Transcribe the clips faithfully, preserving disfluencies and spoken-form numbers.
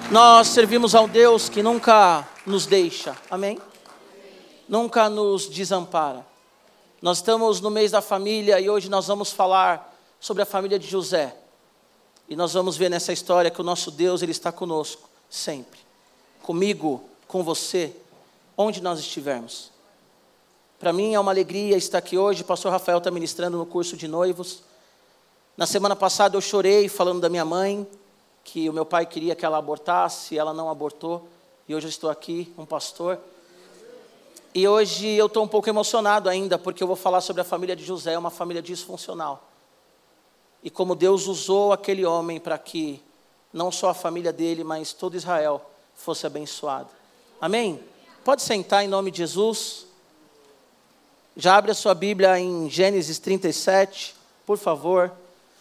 Nós servimos a um Deus que nunca nos deixa, amém? Nunca nos desampara. Nós estamos no mês da família e hoje nós vamos falar sobre a família de José. E nós vamos ver nessa história que o nosso Deus, Ele está conosco, sempre. Comigo, com você, onde nós estivermos. Para mim é uma alegria estar aqui hoje. O pastor Rafael está ministrando no curso de noivos. Na semana passada eu chorei falando da minha mãe, que o meu pai queria que ela abortasse, ela não abortou. E hoje eu estou aqui, um pastor. E hoje eu estou um pouco emocionado ainda, porque eu vou falar sobre a família de José, uma família disfuncional. E como Deus usou aquele homem para que não só a família dele, mas todo Israel fosse abençoado. Amém? Pode sentar em nome de Jesus. Já abre a sua Bíblia em Gênesis trinta e sete, por favor.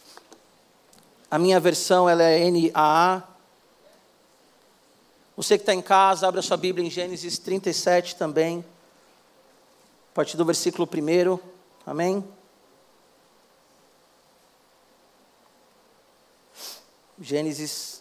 A minha versão ela é N A A. Você que está em casa, abre a sua Bíblia em Gênesis trinta e sete também. A partir do versículo primeiro. Amém? Gênesis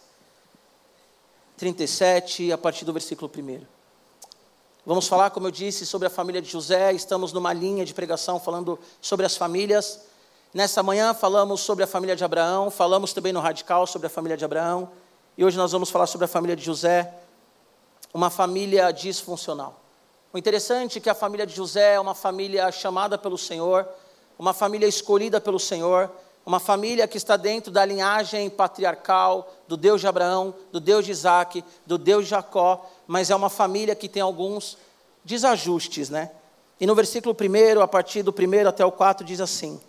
trinta e sete, a partir do versículo primeiro. Vamos falar, como eu disse, sobre a família de José. Estamos numa linha de pregação falando sobre as famílias. Nessa manhã falamos sobre a família de Abraão, falamos também no Radical sobre a família de Abraão. E hoje nós vamos falar sobre a família de José, uma família disfuncional. O interessante é que a família de José é uma família chamada pelo Senhor, uma família escolhida pelo Senhor, uma família que está dentro da linhagem patriarcal do Deus de Abraão, do Deus de Isaac, do Deus de Jacó, mas é uma família que tem alguns desajustes, né? E no versículo primeiro, a partir do primeiro até o quatro, diz assim: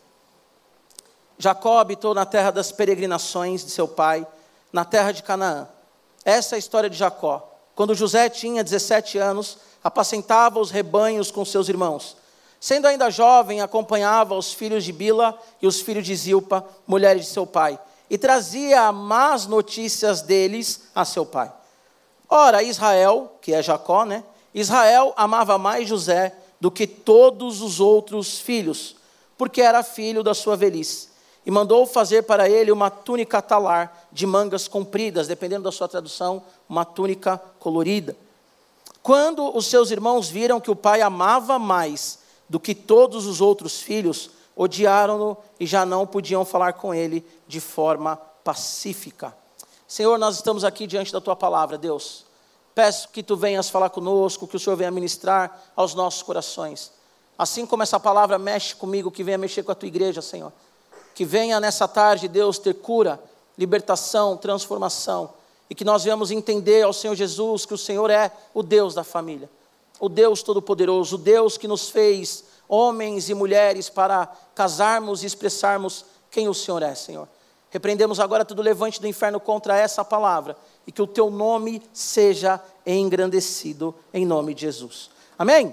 Jacó habitou na terra das peregrinações de seu pai, na terra de Canaã. Essa é a história de Jacó. Quando José tinha dezessete anos, apacentava os rebanhos com seus irmãos. Sendo ainda jovem, acompanhava os filhos de Bila e os filhos de Zilpa, mulheres de seu pai, e trazia más notícias deles a seu pai. Ora, Israel, que é Jacó, né? Israel amava mais José do que todos os outros filhos, porque era filho da sua velhice. E mandou fazer para ele uma túnica talar de mangas compridas, dependendo da sua tradução, uma túnica colorida. Quando os seus irmãos viram que o pai amava mais do que todos os outros filhos, odiaram-no e já não podiam falar com ele de forma pacífica. Senhor, nós estamos aqui diante da Tua palavra, Deus. Peço que Tu venhas falar conosco, que o Senhor venha ministrar aos nossos corações. Assim como essa palavra mexe comigo, que venha mexer com a Tua igreja, Senhor. Que venha nessa tarde, Deus, ter cura, libertação, transformação. E que nós venhamos entender ao Senhor Jesus que o Senhor é o Deus da família. O Deus Todo-Poderoso, o Deus que nos fez homens e mulheres para casarmos e expressarmos quem o Senhor é, Senhor. Repreendemos agora todo levante do inferno contra essa palavra e que o Teu nome seja engrandecido em nome de Jesus. Amém?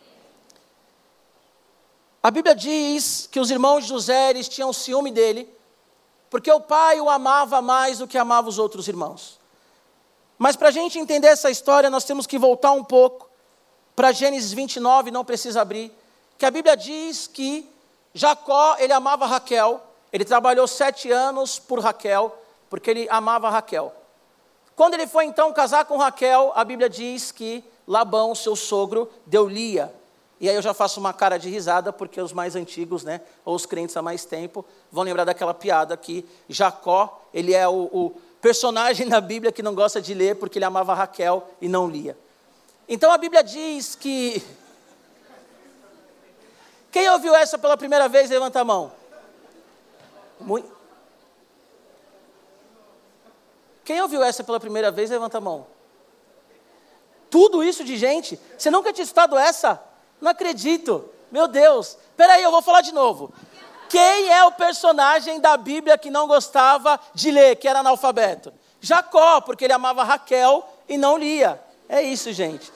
A Bíblia diz que os irmãos de José eles tinham ciúme dele, porque o pai o amava mais do que amava os outros irmãos. Mas para a gente entender essa história, nós temos que voltar um pouco para Gênesis vinte e nove, não precisa abrir, que a Bíblia diz que Jacó, ele amava Raquel, ele trabalhou sete anos por Raquel, porque ele amava Raquel. Quando ele foi então casar com Raquel, a Bíblia diz que Labão, seu sogro, deu Lia. E aí eu já faço uma cara de risada, porque os mais antigos, né, ou os crentes há mais tempo, vão lembrar daquela piada que Jacó, ele é o, o personagem na Bíblia que não gosta de ler, porque ele amava Raquel e não Lia. Então a Bíblia diz que... Quem ouviu essa pela primeira vez, levanta a mão. Muito... Quem ouviu essa pela primeira vez, levanta a mão. Tudo isso de gente? Você nunca tinha estudado essa? Não acredito. Meu Deus. Espera aí, eu vou falar de novo. Quem é o personagem da Bíblia que não gostava de ler, que era analfabeto? Jacó, porque ele amava Raquel e não Lia. É isso, gente.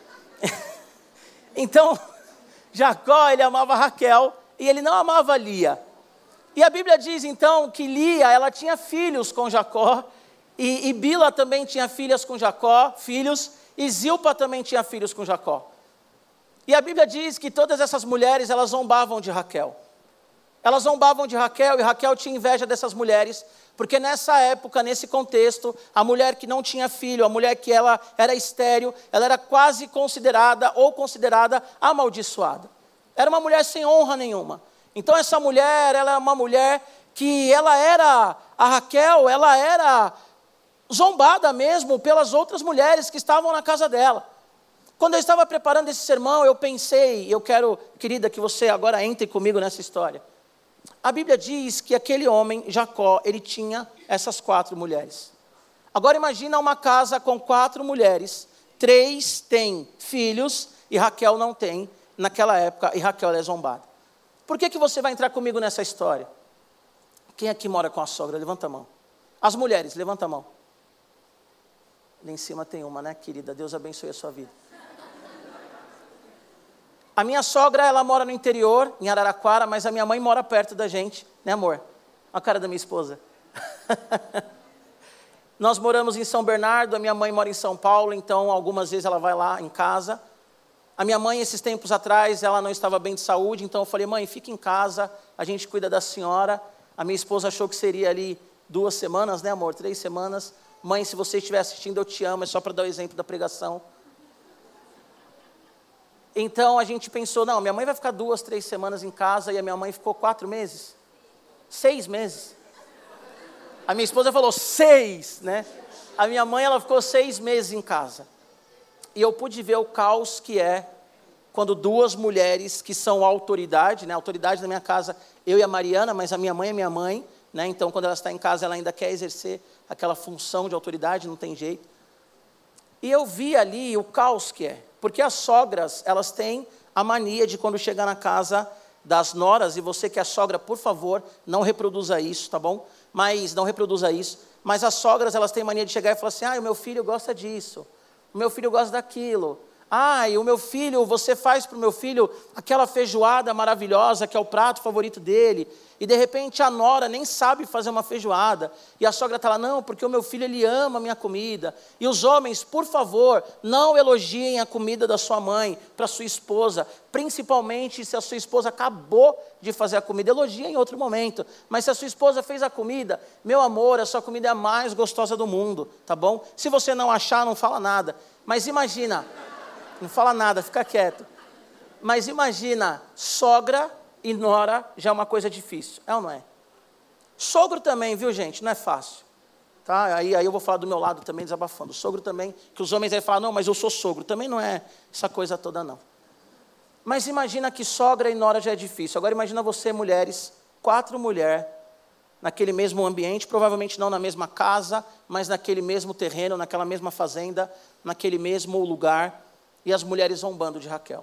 Então, Jacó, ele amava Raquel e ele não amava Lia. E a Bíblia diz, então, que Lia, ela tinha filhos com Jacó, e, e Bila também tinha filhas com Jacó, filhos, e Zilpa também tinha filhos com Jacó. E a Bíblia diz que todas essas mulheres, elas zombavam de Raquel. elas zombavam de Raquel, e Raquel tinha inveja dessas mulheres, porque nessa época, nesse contexto, a mulher que não tinha filho, a mulher que ela era estéril, ela era quase considerada ou considerada amaldiçoada. Era uma mulher sem honra nenhuma. Então essa mulher, ela é uma mulher que ela era, a Raquel, ela era zombada mesmo pelas outras mulheres que estavam na casa dela. Quando eu estava preparando esse sermão, eu pensei, eu quero, querida, que você agora entre comigo nessa história. A Bíblia diz que aquele homem, Jacó, ele tinha essas quatro mulheres. Agora imagina uma casa com quatro mulheres, três têm filhos e Raquel não tem, naquela época, e Raquel é zombada. Por que que você vai entrar comigo nessa história? Quem aqui mora com a sogra? Levanta a mão. As mulheres, levanta a mão. Ali em cima tem uma, né, querida? Deus abençoe a sua vida. A minha sogra, ela mora no interior, em Araraquara, mas a minha mãe mora perto da gente, né, amor? Olha a cara da minha esposa. Nós moramos em São Bernardo, a minha mãe mora em São Paulo, então algumas vezes ela vai lá em casa. A minha mãe, esses tempos atrás, ela não estava bem de saúde, então eu falei, mãe, fica em casa, a gente cuida da senhora. A minha esposa achou que seria ali duas semanas, né, amor? Três semanas. Mãe, se você estiver assistindo, eu te amo, é só para dar o exemplo da pregação. Então a gente pensou, não, minha mãe vai ficar duas, três semanas em casa, e a minha mãe ficou quatro meses, seis meses. A minha esposa falou seis, né? A minha mãe, ela ficou seis meses em casa. E eu pude ver o caos que é quando duas mulheres que são autoridade, né? Autoridade na minha casa, eu e a Mariana, mas a minha mãe é minha mãe, né? Então quando ela está em casa, ela ainda quer exercer aquela função de autoridade, não tem jeito. E eu vi ali o caos que é. Porque as sogras, elas têm a mania de quando chegar na casa das noras, e você que é sogra, por favor, não reproduza isso, tá bom? Mas, não reproduza isso. Mas as sogras, elas têm mania de chegar e falar assim, ah, o meu filho gosta disso, o meu filho gosta daquilo. Ah, e o meu filho, você faz para o meu filho aquela feijoada maravilhosa, que é o prato favorito dele, e de repente a nora nem sabe fazer uma feijoada, e a sogra está lá, não, porque o meu filho, ele ama a minha comida. E os homens, por favor, não elogiem a comida da sua mãe para sua esposa, principalmente se a sua esposa acabou de fazer a comida, elogia em outro momento, mas se a sua esposa fez a comida, meu amor, a sua comida é a mais gostosa do mundo, tá bom? Se você não achar, não fala nada, mas imagina... Não fala nada, fica quieto. Mas imagina, sogra e nora já é uma coisa difícil, é ou não é? Sogro também, viu, gente? Não é fácil. Tá? Aí, aí eu vou falar do meu lado também, desabafando. Sogro também, que os homens aí falam, não, mas eu sou sogro. Também não é essa coisa toda, não. Mas imagina que sogra e nora já é difícil. Agora imagina você, mulheres, quatro mulheres, naquele mesmo ambiente, provavelmente não na mesma casa, mas naquele mesmo terreno, naquela mesma fazenda, naquele mesmo lugar, e as mulheres zombando de Raquel.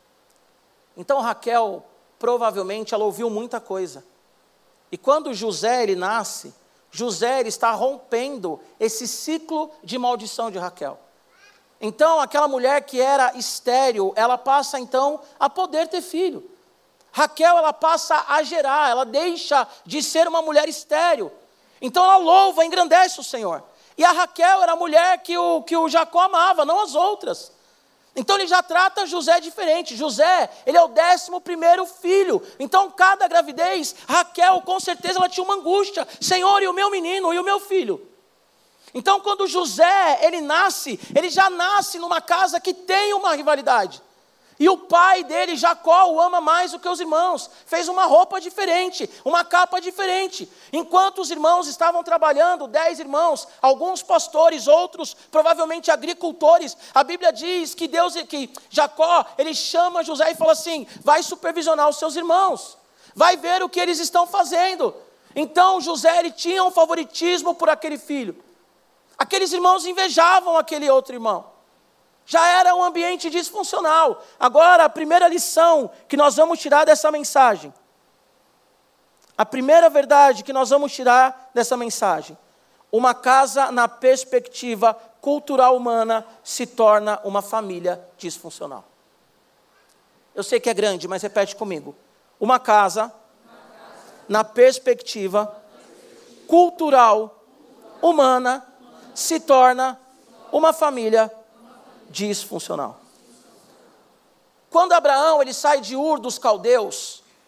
Então Raquel, provavelmente, ela ouviu muita coisa. E quando José, ele nasce, José ele está rompendo esse ciclo de maldição de Raquel. Então, aquela mulher que era estéril, ela passa então a poder ter filho. Raquel, ela passa a gerar, ela deixa de ser uma mulher estéril. Então ela louva, engrandece o Senhor. E a Raquel era a mulher que o, que o Jacó amava, não as outras. Então ele já trata José diferente. José, ele é o décimo primeiro filho. Então cada gravidez, Raquel com certeza ela tinha uma angústia. Senhor, e o meu menino, e o meu filho? Então quando José, ele nasce, ele já nasce numa casa que tem uma rivalidade. E o pai dele, Jacó, o ama mais do que os irmãos. Fez uma roupa diferente, uma capa diferente. Enquanto os irmãos estavam trabalhando, dez irmãos, alguns pastores, outros provavelmente agricultores, a Bíblia diz que Deus, que Jacó, ele chama José e fala assim, vai supervisionar os seus irmãos, vai ver o que eles estão fazendo. Então José, ele tinha um favoritismo por aquele filho. Aqueles irmãos invejavam aquele outro irmão. Já era um ambiente disfuncional. Agora, a primeira lição que nós vamos tirar dessa mensagem. A primeira verdade que nós vamos tirar dessa mensagem. Uma casa na perspectiva cultural humana se torna uma família disfuncional. Eu sei que é grande, mas repete comigo. Uma casa na perspectiva cultural humana se torna uma família disfuncional. Quando Abraão ele sai de Ur dos Caldeus,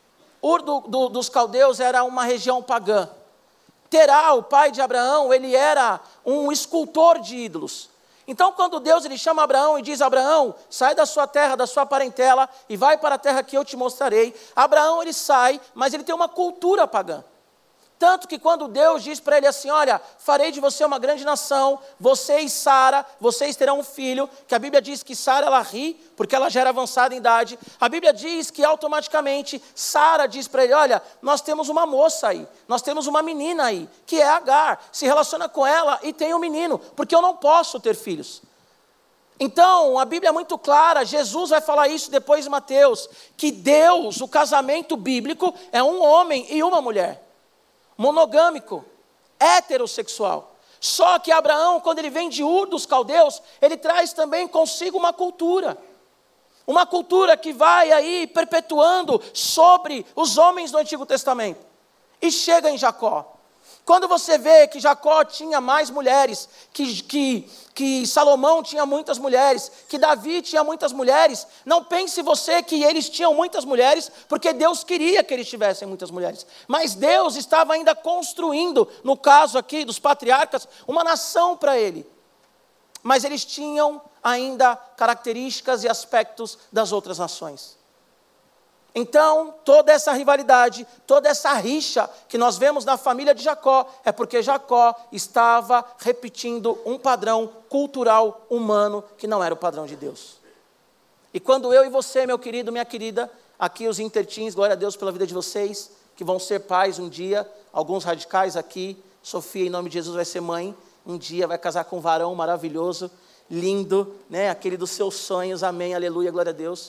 Ur do, do, dos caldeus era uma região pagã. Terá, o pai de Abraão, ele era um escultor de ídolos. Então, quando Deus ele chama Abraão e diz, Abraão, sai da sua terra, da sua parentela, e vai para a terra que eu te mostrarei. Abraão, ele sai, mas ele tem uma cultura pagã. Tanto que quando Deus diz para ele assim, olha, farei de você uma grande nação, você e Sara, vocês terão um filho, que a Bíblia diz que Sara, ela ri, porque ela já era avançada em idade. A Bíblia diz que automaticamente Sara diz para ele, olha, nós temos uma moça aí, nós temos uma menina aí, que é Agar, se relaciona com ela e tem um menino, porque eu não posso ter filhos. Então, a Bíblia é muito clara, Jesus vai falar isso depois em Mateus, que Deus, o casamento bíblico, é um homem e uma mulher. Monogâmico, heterossexual. Só que Abraão, quando ele vem de Ur dos caldeus, ele traz também consigo uma cultura. Uma cultura que vai aí perpetuando sobre os homens do Antigo Testamento. E chega em Jacó. Quando você vê que Jacó tinha mais mulheres, que, que, que Salomão tinha muitas mulheres, que Davi tinha muitas mulheres, não pense você que eles tinham muitas mulheres, porque Deus queria que eles tivessem muitas mulheres. Mas Deus estava ainda construindo, no caso aqui dos patriarcas, uma nação para ele. Mas eles tinham ainda características e aspectos das outras nações. Então, toda essa rivalidade, toda essa rixa que nós vemos na família de Jacó, é porque Jacó estava repetindo um padrão cultural humano que não era o padrão de Deus. E quando eu e você, meu querido, minha querida, aqui os interteens, glória a Deus pela vida de vocês, que vão ser pais um dia, alguns radicais aqui, Sofia, em nome de Jesus, vai ser mãe, um dia vai casar com um varão maravilhoso, lindo, né? Aquele dos seus sonhos, amém, aleluia, glória a Deus.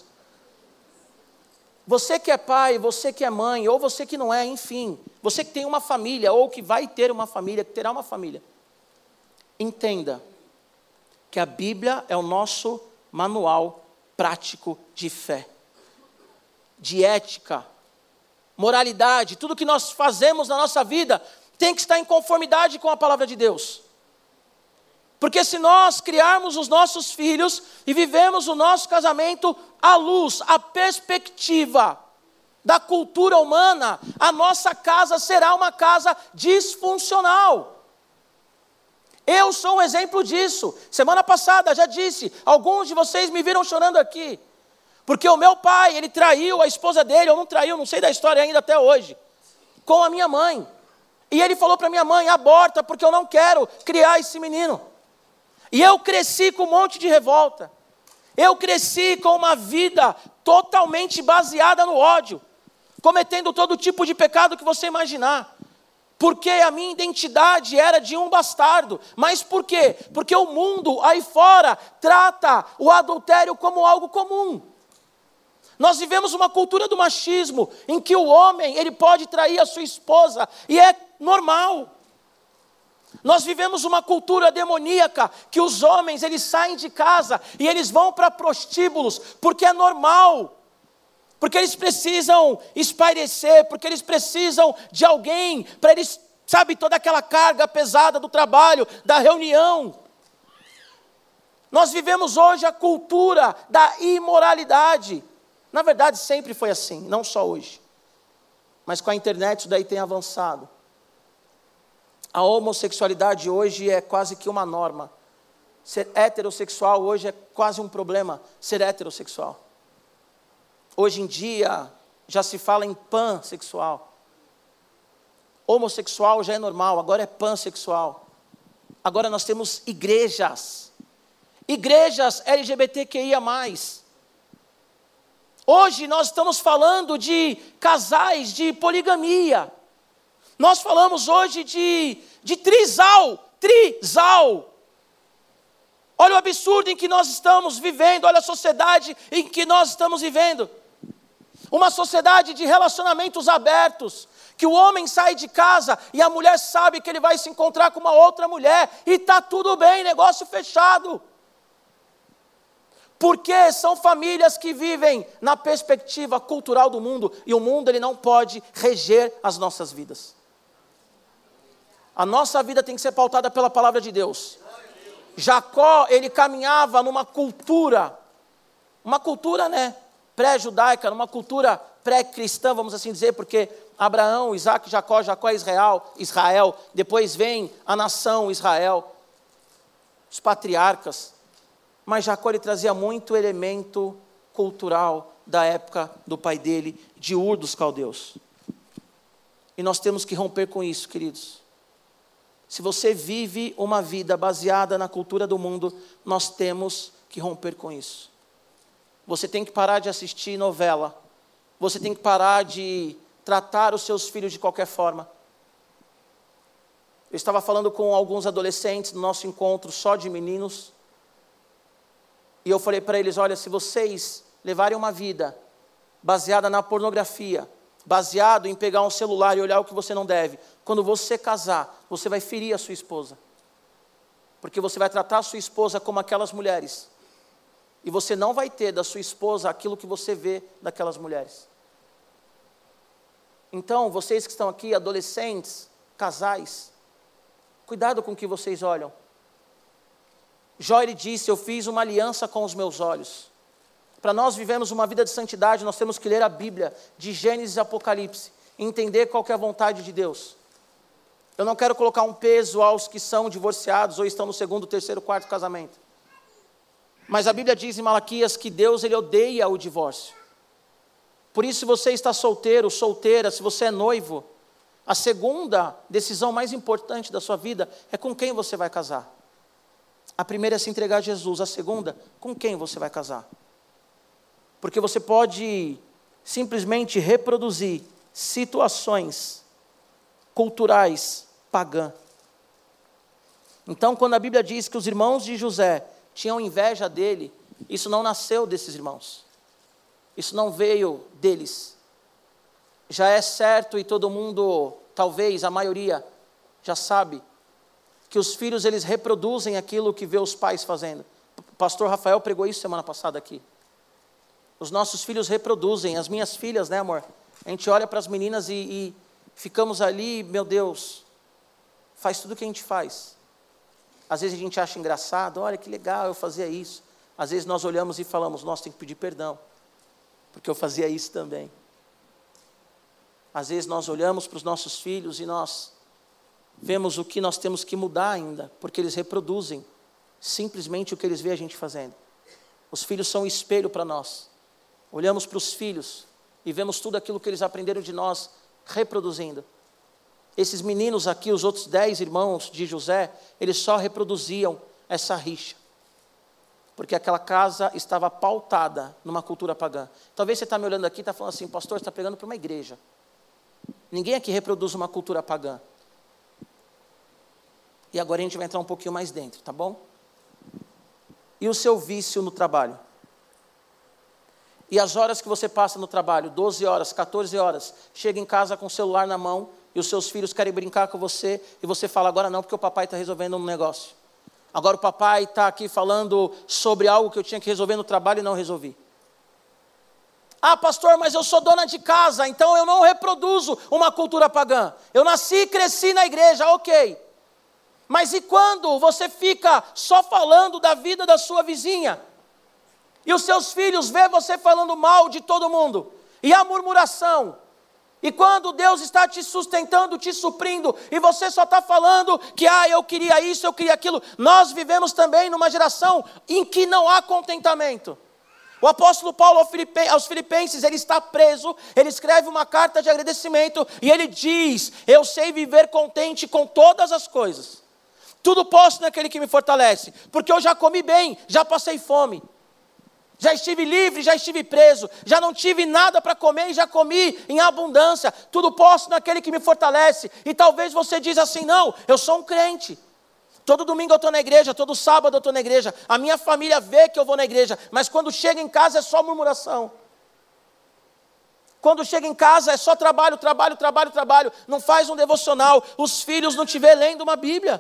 Você que é pai, você que é mãe, ou você que não é, enfim, você que tem uma família, ou que vai ter uma família, que terá uma família, entenda que a Bíblia é o nosso manual prático de fé, de ética, moralidade, tudo que nós fazemos na nossa vida tem que estar em conformidade com a palavra de Deus. Porque se nós criarmos os nossos filhos e vivemos o nosso casamento à luz, à perspectiva da cultura humana, a nossa casa será uma casa disfuncional. Eu sou um exemplo disso. Semana passada já disse, alguns de vocês me viram chorando aqui, porque o meu pai, ele traiu a esposa dele, ou não traiu, não sei da história ainda até hoje, com a minha mãe. E ele falou para minha mãe, aborta, porque eu não quero criar esse menino. E eu cresci com um monte de revolta. Eu cresci com uma vida totalmente baseada no ódio, cometendo todo tipo de pecado que você imaginar. Porque a minha identidade era de um bastardo. Mas por quê? Porque o mundo aí fora trata o adultério como algo comum. Nós vivemos uma cultura do machismo, em que o homem ele pode trair a sua esposa, e é normal. Nós vivemos uma cultura demoníaca, que os homens eles saem de casa e eles vão para prostíbulos, porque é normal, porque eles precisam espairecer, porque eles precisam de alguém, para eles, sabe, toda aquela carga pesada do trabalho, da reunião. Nós vivemos hoje a cultura da imoralidade, na verdade sempre foi assim, não só hoje, mas com a internet isso daí tem avançado. A homossexualidade hoje é quase que uma norma. Ser heterossexual hoje é quase um problema, ser heterossexual. Hoje em dia já se fala em pansexual. Homossexual já é normal, agora é pansexual. Agora nós temos igrejas. Igrejas L G B T Q I A mais. Hoje nós estamos falando de casais de poligamia. Nós falamos hoje de, de trisal, trisal. Olha o absurdo em que nós estamos vivendo, olha a sociedade em que nós estamos vivendo. Uma sociedade de relacionamentos abertos, que o homem sai de casa e a mulher sabe que ele vai se encontrar com uma outra mulher, e está tudo bem, negócio fechado. Porque são famílias que vivem na perspectiva cultural do mundo, e o mundo ele não pode reger as nossas vidas. A nossa vida tem que ser pautada pela palavra de Deus. Jacó, ele caminhava numa cultura, uma cultura, né, pré-judaica, numa cultura pré-cristã, vamos assim dizer, porque Abraão, Isaac, Jacó, Jacó é Israel, Israel, depois vem a nação Israel, os patriarcas, mas Jacó ele trazia muito elemento cultural da época do pai dele, de Ur dos Caldeus. E nós temos que romper com isso, queridos. Se você vive uma vida baseada na cultura do mundo, nós temos que romper com isso. Você tem que parar de assistir novela. Você tem que parar de tratar os seus filhos de qualquer forma. Eu estava falando com alguns adolescentes no nosso encontro só de meninos. E eu falei para eles, olha, se vocês levarem uma vida baseada na pornografia, baseado em pegar um celular e olhar o que você não deve, quando você casar, você vai ferir a sua esposa. Porque você vai tratar a sua esposa como aquelas mulheres. E você não vai ter da sua esposa aquilo que você vê daquelas mulheres. Então, vocês que estão aqui, adolescentes, casais, cuidado com o que vocês olham. Jó, ele disse, eu fiz uma aliança com os meus olhos. Para nós vivermos uma vida de santidade, nós temos que ler a Bíblia, de Gênesis e Apocalipse, e entender qual que é a vontade de Deus. Eu não quero colocar um peso aos que são divorciados, ou estão no segundo, terceiro, quarto casamento. Mas a Bíblia diz em Malaquias que Deus ele odeia o divórcio. Por isso, se você está solteiro, solteira, se você é noivo, a segunda decisão mais importante da sua vida é com quem você vai casar. A primeira é se entregar a Jesus, a segunda, com quem você vai casar. Porque você pode simplesmente reproduzir situações culturais pagãs. Então, quando a Bíblia diz que os irmãos de José tinham inveja dele, isso não nasceu desses irmãos. Isso não veio deles. Já é certo e todo mundo, talvez a maioria, já sabe que os filhos eles reproduzem aquilo que vê os pais fazendo. O pastor Rafael pregou isso semana passada aqui. Os nossos filhos reproduzem, as minhas filhas, né, amor? A gente olha para as meninas e, e ficamos ali, meu Deus, faz tudo o que a gente faz. Às vezes a gente acha engraçado, olha que legal, eu fazia isso. Às vezes nós olhamos e falamos, nossa, tem que pedir perdão, porque eu fazia isso também. Às vezes nós olhamos para os nossos filhos e nós vemos o que nós temos que mudar ainda, porque eles reproduzem simplesmente o que eles veem a gente fazendo. Os filhos são um espelho para nós. Olhamos para os filhos e vemos tudo aquilo que eles aprenderam de nós reproduzindo. Esses meninos aqui, os outros dez irmãos de José, eles só reproduziam essa rixa. Porque aquela casa estava pautada numa cultura pagã. Talvez você está me olhando aqui e está falando assim, pastor, você está pregando para uma igreja. Ninguém aqui reproduz uma cultura pagã. E agora a gente vai entrar um pouquinho mais dentro, tá bom? E o seu vício no trabalho? E as horas que você passa no trabalho, doze horas, quatorze horas, chega em casa com o celular na mão, e os seus filhos querem brincar com você, e você fala, agora não, porque o papai está resolvendo um negócio. Agora o papai está aqui falando sobre algo que eu tinha que resolver no trabalho e não resolvi. Ah, pastor, mas eu sou dona de casa, então eu não reproduzo uma cultura pagã. Eu nasci e cresci na igreja, ok. Mas e quando você fica só falando da vida da sua vizinha? E os seus filhos vê você falando mal de todo mundo? E a murmuração? E quando Deus está te sustentando, te suprindo, e você só está falando que, ah, eu queria isso, eu queria aquilo. Nós vivemos também numa geração em que não há contentamento. O apóstolo Paulo aos Filipenses, ele está preso, ele escreve uma carta de agradecimento, e ele diz, eu sei viver contente com todas as coisas. Tudo posso naquele que me fortalece, porque eu já comi bem, já passei fome. Já estive livre, já estive preso, já não tive nada para comer e já comi em abundância. Tudo posso naquele que me fortalece. E talvez você diz assim, não, eu sou um crente. Todo domingo eu estou na igreja, todo sábado eu estou na igreja. A minha família vê que eu vou na igreja, mas quando chega em casa é só murmuração. Quando chega em casa é só trabalho, trabalho, trabalho, trabalho. Não faz um devocional, os filhos não te vê lendo uma Bíblia.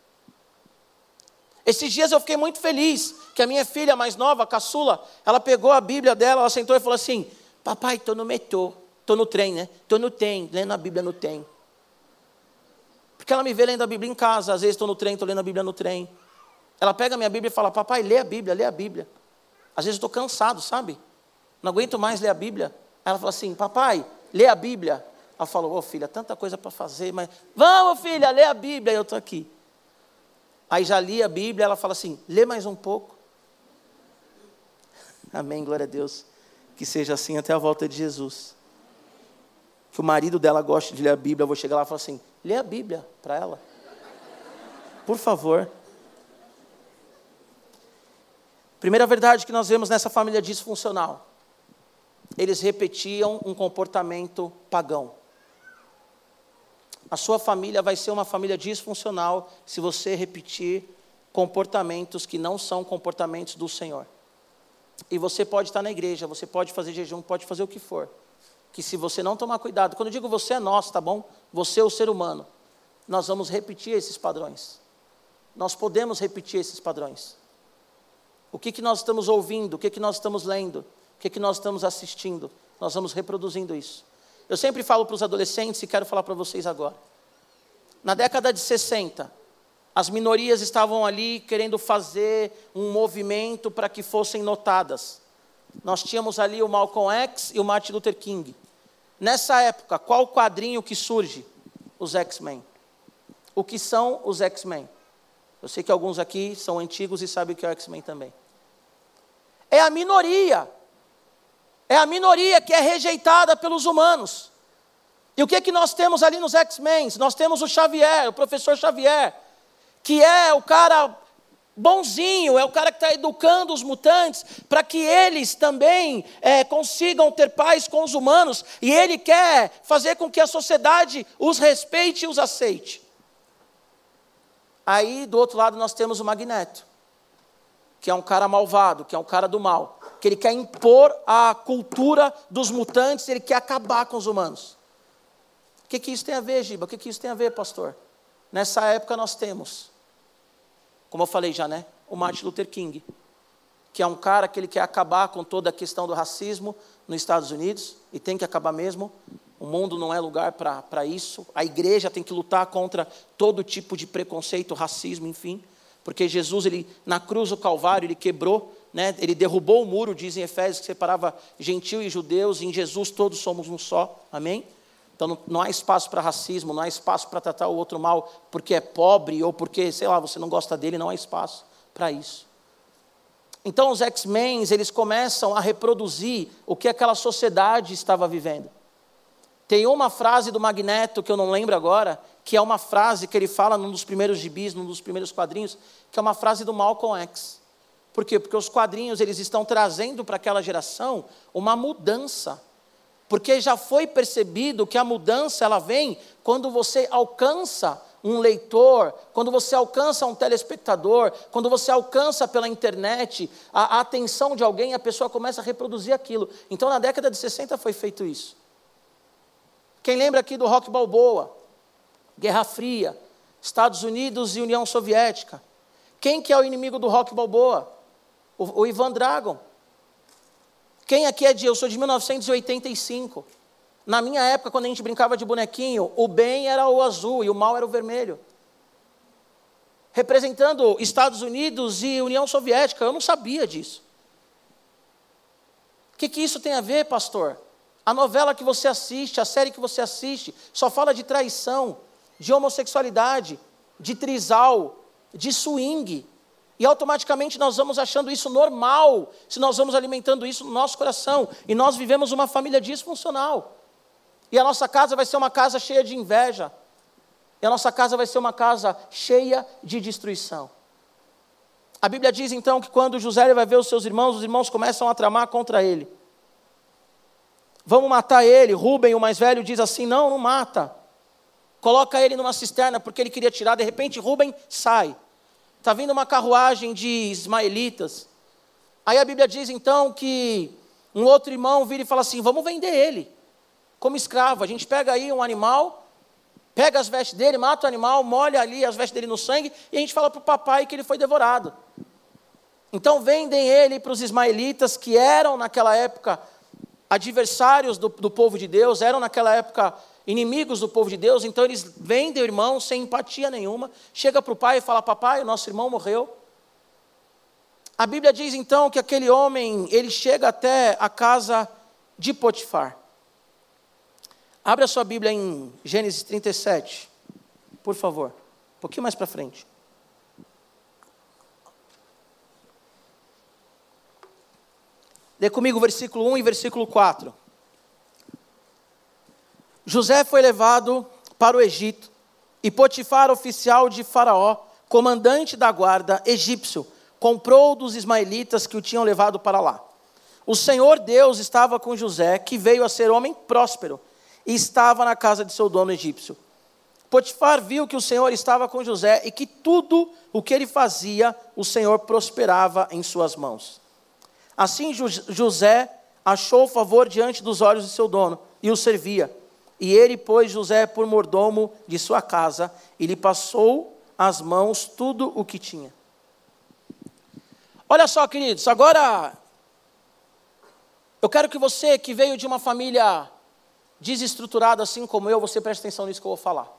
Esses dias eu fiquei muito feliz que a minha filha mais nova, a caçula, ela pegou a Bíblia dela, ela sentou e falou assim, papai, estou no metrô, estou no trem, né? Estou no trem, lendo a Bíblia no trem. Porque ela me vê lendo a Bíblia em casa, às vezes estou no trem, estou lendo a Bíblia no trem. Ela pega a minha Bíblia e fala, papai, lê a Bíblia, lê a Bíblia. Às vezes eu estou cansado, sabe? Não aguento mais ler a Bíblia. Aí ela falou assim, papai, lê a Bíblia. Ela falou, ô filha, tanta coisa para fazer, mas vamos filha, lê a Bíblia, eu estou aqui. Aí já li a Bíblia, ela fala assim, lê mais um pouco. Amém, glória a Deus. Que seja assim até a volta de Jesus. Que o marido dela goste de ler a Bíblia, eu vou chegar lá e falar assim, lê a Bíblia para ela. Por favor. Primeira verdade que nós vemos nessa família disfuncional. Eles repetiam um comportamento pagão. A sua família vai ser uma família disfuncional se você repetir comportamentos que não são comportamentos do Senhor. E você pode estar na igreja, você pode fazer jejum, pode fazer o que for. Que se você não tomar cuidado, quando eu digo você é nós, tá bom? Você é o ser humano. Nós vamos repetir esses padrões. Nós podemos repetir esses padrões. O que, que nós estamos ouvindo, o que, que nós estamos lendo, o que, que nós estamos assistindo, nós vamos reproduzindo isso. Eu sempre falo para os adolescentes e quero falar para vocês agora. Na década de sessenta, as minorias estavam ali querendo fazer um movimento para que fossem notadas. Nós tínhamos ali o Malcolm X e o Martin Luther King. Nessa época, qual o quadrinho que surge? Os X-Men. O que são os X-Men? Eu sei que alguns aqui são antigos e sabem o que é o X-Men também. É a minoria. É a minoria que é rejeitada pelos humanos. E o que, que nós temos ali nos X-Men? Nós temos o Xavier, o professor Xavier, que é o cara bonzinho, é o cara que está educando os mutantes para que eles também é, consigam ter paz com os humanos. E ele quer fazer com que a sociedade os respeite e os aceite. Aí, do outro lado, nós temos o Magneto, que é um cara malvado, que é um cara do mal, que ele quer impor a cultura dos mutantes, ele quer acabar com os humanos. O que, que isso tem a ver, Giba? O que, que isso tem a ver, pastor? Nessa época nós temos, como eu falei já, né? O Martin Luther King, que é um cara que ele quer acabar com toda a questão do racismo nos Estados Unidos, e tem que acabar mesmo. O mundo não é lugar para isso. A igreja tem que lutar contra todo tipo de preconceito, racismo, enfim. Porque Jesus, ele, na cruz do Calvário, ele quebrou, né? Ele derrubou o muro, diz em Efésios, que separava gentil e judeus, e em Jesus todos somos um só. Amém? Então não, não há espaço para racismo, não há espaço para tratar o outro mal porque é pobre ou porque, sei lá, você não gosta dele, não há espaço para isso. Então os X-Men, eles começam a reproduzir o que aquela sociedade estava vivendo. Tem uma frase do Magneto, que eu não lembro agora, que é uma frase que ele fala num dos primeiros gibis, num dos primeiros quadrinhos, que é uma frase do Malcolm X. Por quê? Porque os quadrinhos, eles estão trazendo para aquela geração uma mudança. Porque já foi percebido que a mudança, ela vem quando você alcança um leitor, quando você alcança um telespectador, quando você alcança pela internet a, a atenção de alguém, a pessoa começa a reproduzir aquilo. Então, na década de sessenta foi feito isso. Quem lembra aqui do Rock Balboa? Guerra Fria, Estados Unidos e União Soviética. Quem que é o inimigo do Rock Balboa? O, o Ivan Drago. Quem aqui é de... Eu sou de mil novecentos e oitenta e cinco. Na minha época, quando a gente brincava de bonequinho, o bem era o azul e o mal era o vermelho. Representando Estados Unidos e União Soviética. Eu não sabia disso. O que, que isso tem a ver, pastor? A novela que você assiste, a série que você assiste, só fala de traição, de homossexualidade, de trisal, de swing. E automaticamente nós vamos achando isso normal, se nós vamos alimentando isso no nosso coração. E nós vivemos uma família disfuncional. E a nossa casa vai ser uma casa cheia de inveja. E a nossa casa vai ser uma casa cheia de destruição. A Bíblia diz então que quando José vai ver os seus irmãos, os irmãos começam a tramar contra ele. Vamos matar ele. Rúben, o mais velho, diz assim, não, não mata. Coloca ele numa cisterna porque ele queria tirar. De repente, Rúben sai. Está vindo uma carruagem de ismaelitas. Aí a Bíblia diz então que um outro irmão vira e fala assim, vamos vender ele como escravo. A gente pega aí um animal, pega as vestes dele, mata o animal, molha ali as vestes dele no sangue e a gente fala para o papai que ele foi devorado. Então vendem ele para os ismaelitas, que eram naquela época adversários do, do povo de Deus, eram naquela época inimigos do povo de Deus. Então eles vendem o irmão sem empatia nenhuma, chega para o pai e fala, papai, o nosso irmão morreu. A Bíblia diz então que aquele homem, ele chega até a casa de Potifar. Abre a sua Bíblia em Gênesis trinta e sete, por favor. Um pouquinho mais para frente. Lê comigo o versículo um e versículo quatro. José foi levado para o Egito, e Potifar, oficial de Faraó, comandante da guarda egípcio, comprou dos ismaelitas que o tinham levado para lá. O Senhor Deus estava com José, que veio a ser homem próspero, e estava na casa de seu dono egípcio. Potifar viu que o Senhor estava com José e que tudo o que ele fazia, o Senhor prosperava em suas mãos. Assim José achou favor diante dos olhos de seu dono e o servia. E ele pôs José por mordomo de sua casa e lhe passou às mãos tudo o que tinha. Olha só, queridos, agora eu quero que você que veio de uma família desestruturada assim como eu, você preste atenção nisso que eu vou falar.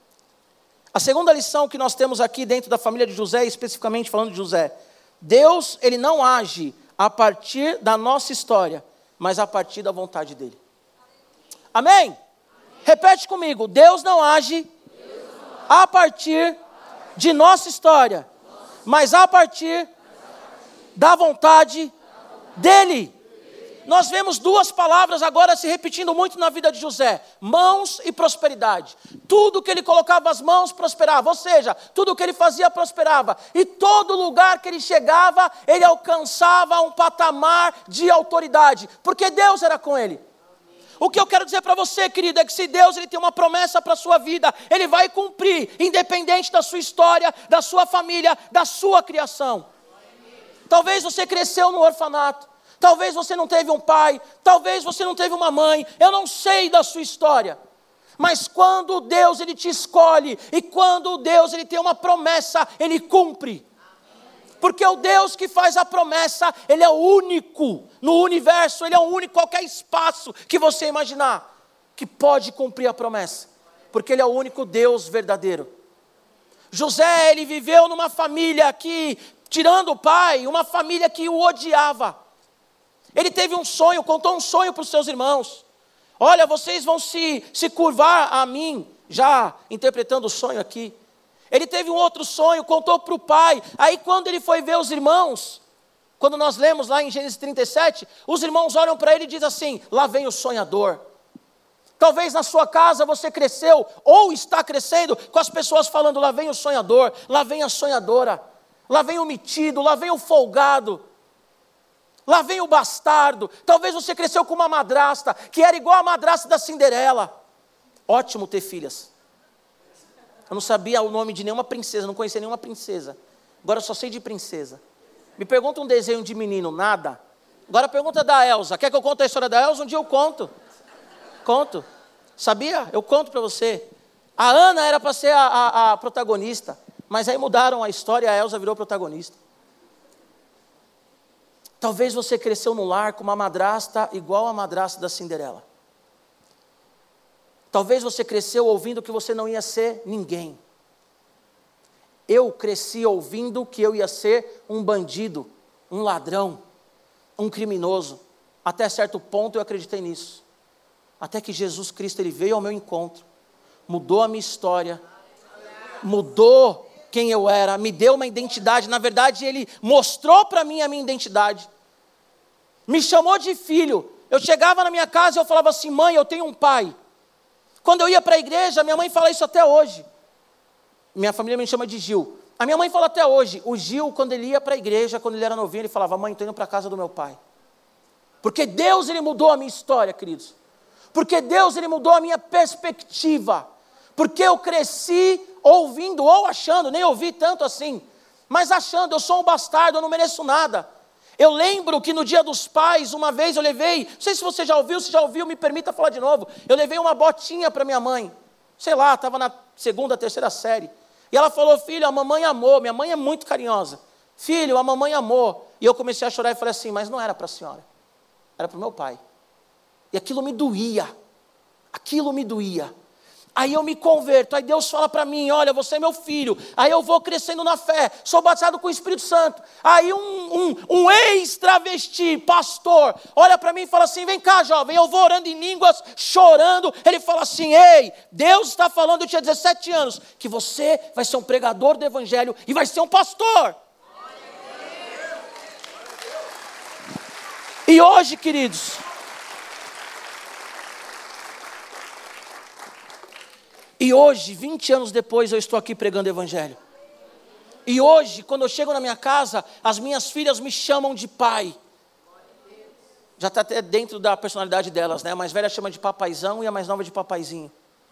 A segunda lição que nós temos aqui dentro da família de José, especificamente falando de José, Deus, ele não age a partir da nossa história, mas a partir da vontade dele. Amém? Amém. Repete comigo, Deus não age, Deus não age a partir de nossa história, mas a partir da vontade dele. Nós vemos duas palavras agora se repetindo muito na vida de José: mãos e prosperidade. Tudo que ele colocava as mãos prosperava, ou seja, tudo que ele fazia prosperava. E todo lugar que ele chegava, ele alcançava um patamar de autoridade, porque Deus era com ele. O que eu quero dizer para você, querido, é que se Deus ele tem uma promessa para a sua vida, Ele vai cumprir, independente da sua história, da sua família, da sua criação. Talvez você cresceu no orfanato, talvez você não teve um pai, talvez você não teve uma mãe, eu não sei da sua história. Mas quando Deus ele te escolhe, e quando Deus ele tem uma promessa, Ele cumpre. Porque o Deus que faz a promessa, Ele é o único no universo, Ele é o único em qualquer espaço que você imaginar, que pode cumprir a promessa. Porque Ele é o único Deus verdadeiro. José, ele viveu numa família que, tirando o pai, uma família que o odiava. Ele teve um sonho, contou um sonho para os seus irmãos. Olha, vocês vão se, se curvar a mim, já interpretando o sonho aqui. Ele teve um outro sonho, contou para o pai. Aí quando ele foi ver os irmãos, quando nós lemos lá em Gênesis trinta e sete, os irmãos olham para ele e dizem assim: lá vem o sonhador. Talvez na sua casa você cresceu, ou está crescendo, com as pessoas falando: lá vem o sonhador, lá vem a sonhadora, lá vem o metido, lá vem o folgado, lá vem o bastardo. Talvez você cresceu com uma madrasta, que era igual a madrasta da Cinderela. Ótimo ter filhas. Eu não sabia o nome de nenhuma princesa, não conhecia nenhuma princesa. Agora eu só sei de princesa. Me pergunta um desenho de menino, nada. Agora pergunta da Elsa. Quer que eu conte a história da Elsa? Um dia eu conto. Conto. Sabia? Eu conto para você. A Ana era para ser a, a, a protagonista, mas aí mudaram a história e a Elsa virou protagonista. Talvez você cresceu no lar com uma madrasta igual a madrasta da Cinderela. Talvez você cresceu ouvindo que você não ia ser ninguém. Eu cresci ouvindo que eu ia ser um bandido, um ladrão, um criminoso. Até certo ponto eu acreditei nisso. Até que Jesus Cristo ele veio ao meu encontro, mudou a minha história, mudou quem eu era, me deu uma identidade. Na verdade, Ele mostrou para mim a minha identidade. Me chamou de filho. Eu chegava na minha casa e eu falava assim: mãe, eu tenho um pai. Quando eu ia para a igreja, minha mãe fala isso até hoje. Minha família me chama de Gil. A minha mãe fala até hoje. O Gil, quando ele ia para a igreja, quando ele era novinho, ele falava: mãe, estou indo para a casa do meu pai. Porque Deus, Ele mudou a minha história, queridos. Porque Deus, Ele mudou a minha perspectiva. Porque eu cresci ouvindo ou achando, nem ouvi tanto assim, mas achando, eu sou um bastardo, eu não mereço nada. Eu lembro que no dia dos pais, uma vez eu levei, não sei se você já ouviu, se já ouviu, me permita falar de novo. Eu levei uma botinha para minha mãe, sei lá, estava na segunda, terceira série. E ela falou: filho, a mamãe amou, minha mãe é muito carinhosa. Filho, a mamãe amou. E eu comecei a chorar e falei assim: mas não era para a senhora, era para o meu pai. E aquilo me doía, aquilo me doía. Aí eu me converto, aí Deus fala para mim, olha, você é meu filho. Aí eu vou crescendo na fé, sou batizado com o Espírito Santo. Aí um, um, um ex-travesti, pastor, olha para mim e fala assim, vem cá jovem, eu vou orando em línguas, chorando. Ele fala assim, ei, Deus está falando, eu tinha dezessete anos, que você vai ser um pregador do evangelho e vai ser um pastor. E hoje, queridos, e hoje, vinte anos depois, eu estou aqui pregando o evangelho. E hoje, quando eu chego na minha casa, as minhas filhas me chamam de pai. Já está até dentro da personalidade delas, né? A mais velha chama de papaizão e a mais nova de papaizinho.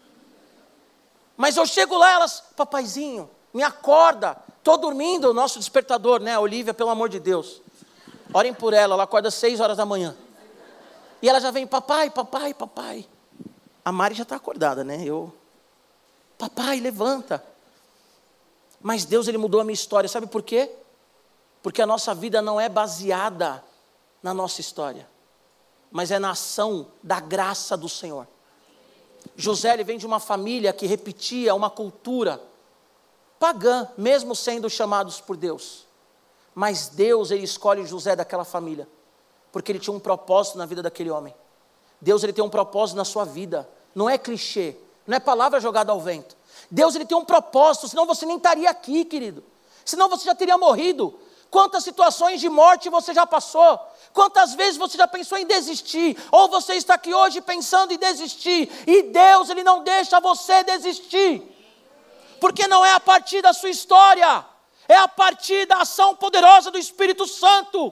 Mas eu chego lá, elas, papaizinho, me acorda. Estou dormindo, o nosso despertador, né? Olivia, pelo amor de Deus. Orem por ela, ela acorda às seis horas da manhã. E ela já vem, papai, papai, papai. A Mari já está acordada, né? Eu... Papai, levanta. Mas Deus, Ele mudou a minha história. Sabe por quê? Porque a nossa vida não é baseada na nossa história, mas é na ação da graça do Senhor. José, ele vem de uma família que repetia uma cultura pagã, mesmo sendo chamados por Deus. Mas Deus, Ele escolhe José daquela família, porque Ele tinha um propósito na vida daquele homem. Deus, Ele tem um propósito na sua vida. Não é clichê. Não é palavra jogada ao vento. Deus, Ele tem um propósito, senão você nem estaria aqui, querido. Senão você já teria morrido. Quantas situações de morte você já passou? Quantas vezes você já pensou em desistir? Ou você está aqui hoje pensando em desistir. E Deus, Ele não deixa você desistir. Porque não é a partir da sua história. É a partir da ação poderosa do Espírito Santo.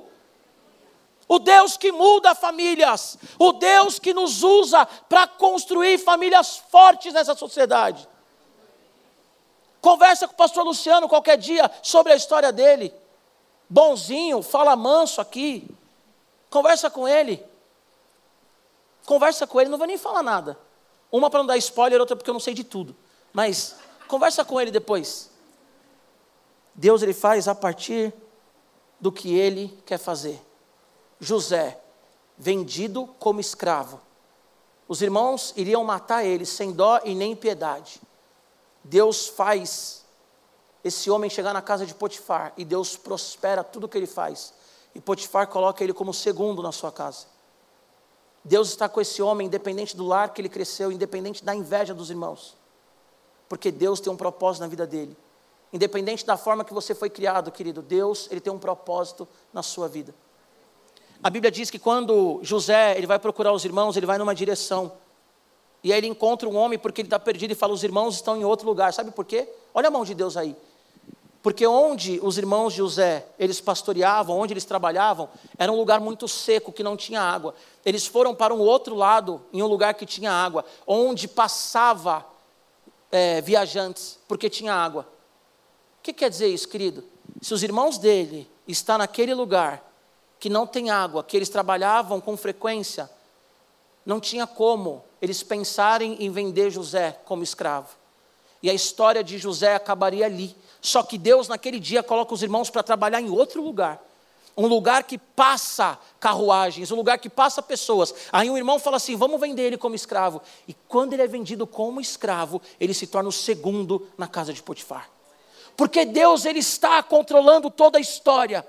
O Deus que muda famílias, o Deus que nos usa para construir famílias fortes nessa sociedade. Conversa com o pastor Luciano qualquer dia sobre a história dele. Bonzinho, fala manso aqui. Conversa com ele. Conversa com ele, não vou nem falar nada. Uma para não dar spoiler, outra porque eu não sei de tudo. Mas conversa com ele depois. Deus, Ele faz a partir do que Ele quer fazer. José, vendido como escravo. Os irmãos iriam matar ele sem dó e nem piedade. Deus faz esse homem chegar na casa de Potifar e Deus prospera tudo o que ele faz. E Potifar coloca ele como segundo na sua casa. Deus está com esse homem independente do lar que ele cresceu, independente da inveja dos irmãos. Porque Deus tem um propósito na vida dele. Independente da forma que você foi criado, querido, Deus, Ele tem um propósito na sua vida. A Bíblia diz que quando José, ele vai procurar os irmãos, ele vai numa direção. E aí ele encontra um homem porque ele está perdido e fala, os irmãos estão em outro lugar. Sabe por quê? Olha a mão de Deus aí. Porque onde os irmãos de José, eles pastoreavam, onde eles trabalhavam, era um lugar muito seco, que não tinha água. Eles foram para um outro lado, em um lugar que tinha água, onde passava é, viajantes, porque tinha água. O que quer dizer isso, querido? Se os irmãos dele estão naquele lugar, que não tem água, que eles trabalhavam com frequência, não tinha como eles pensarem em vender José como escravo. E a história de José acabaria ali. Só que Deus naquele dia coloca os irmãos para trabalhar em outro lugar. Um lugar que passa carruagens, um lugar que passa pessoas. Aí um irmão fala assim, vamos vender ele como escravo. E quando ele é vendido como escravo, ele se torna o segundo na casa de Potifar. Porque Deus, Ele está controlando toda a história.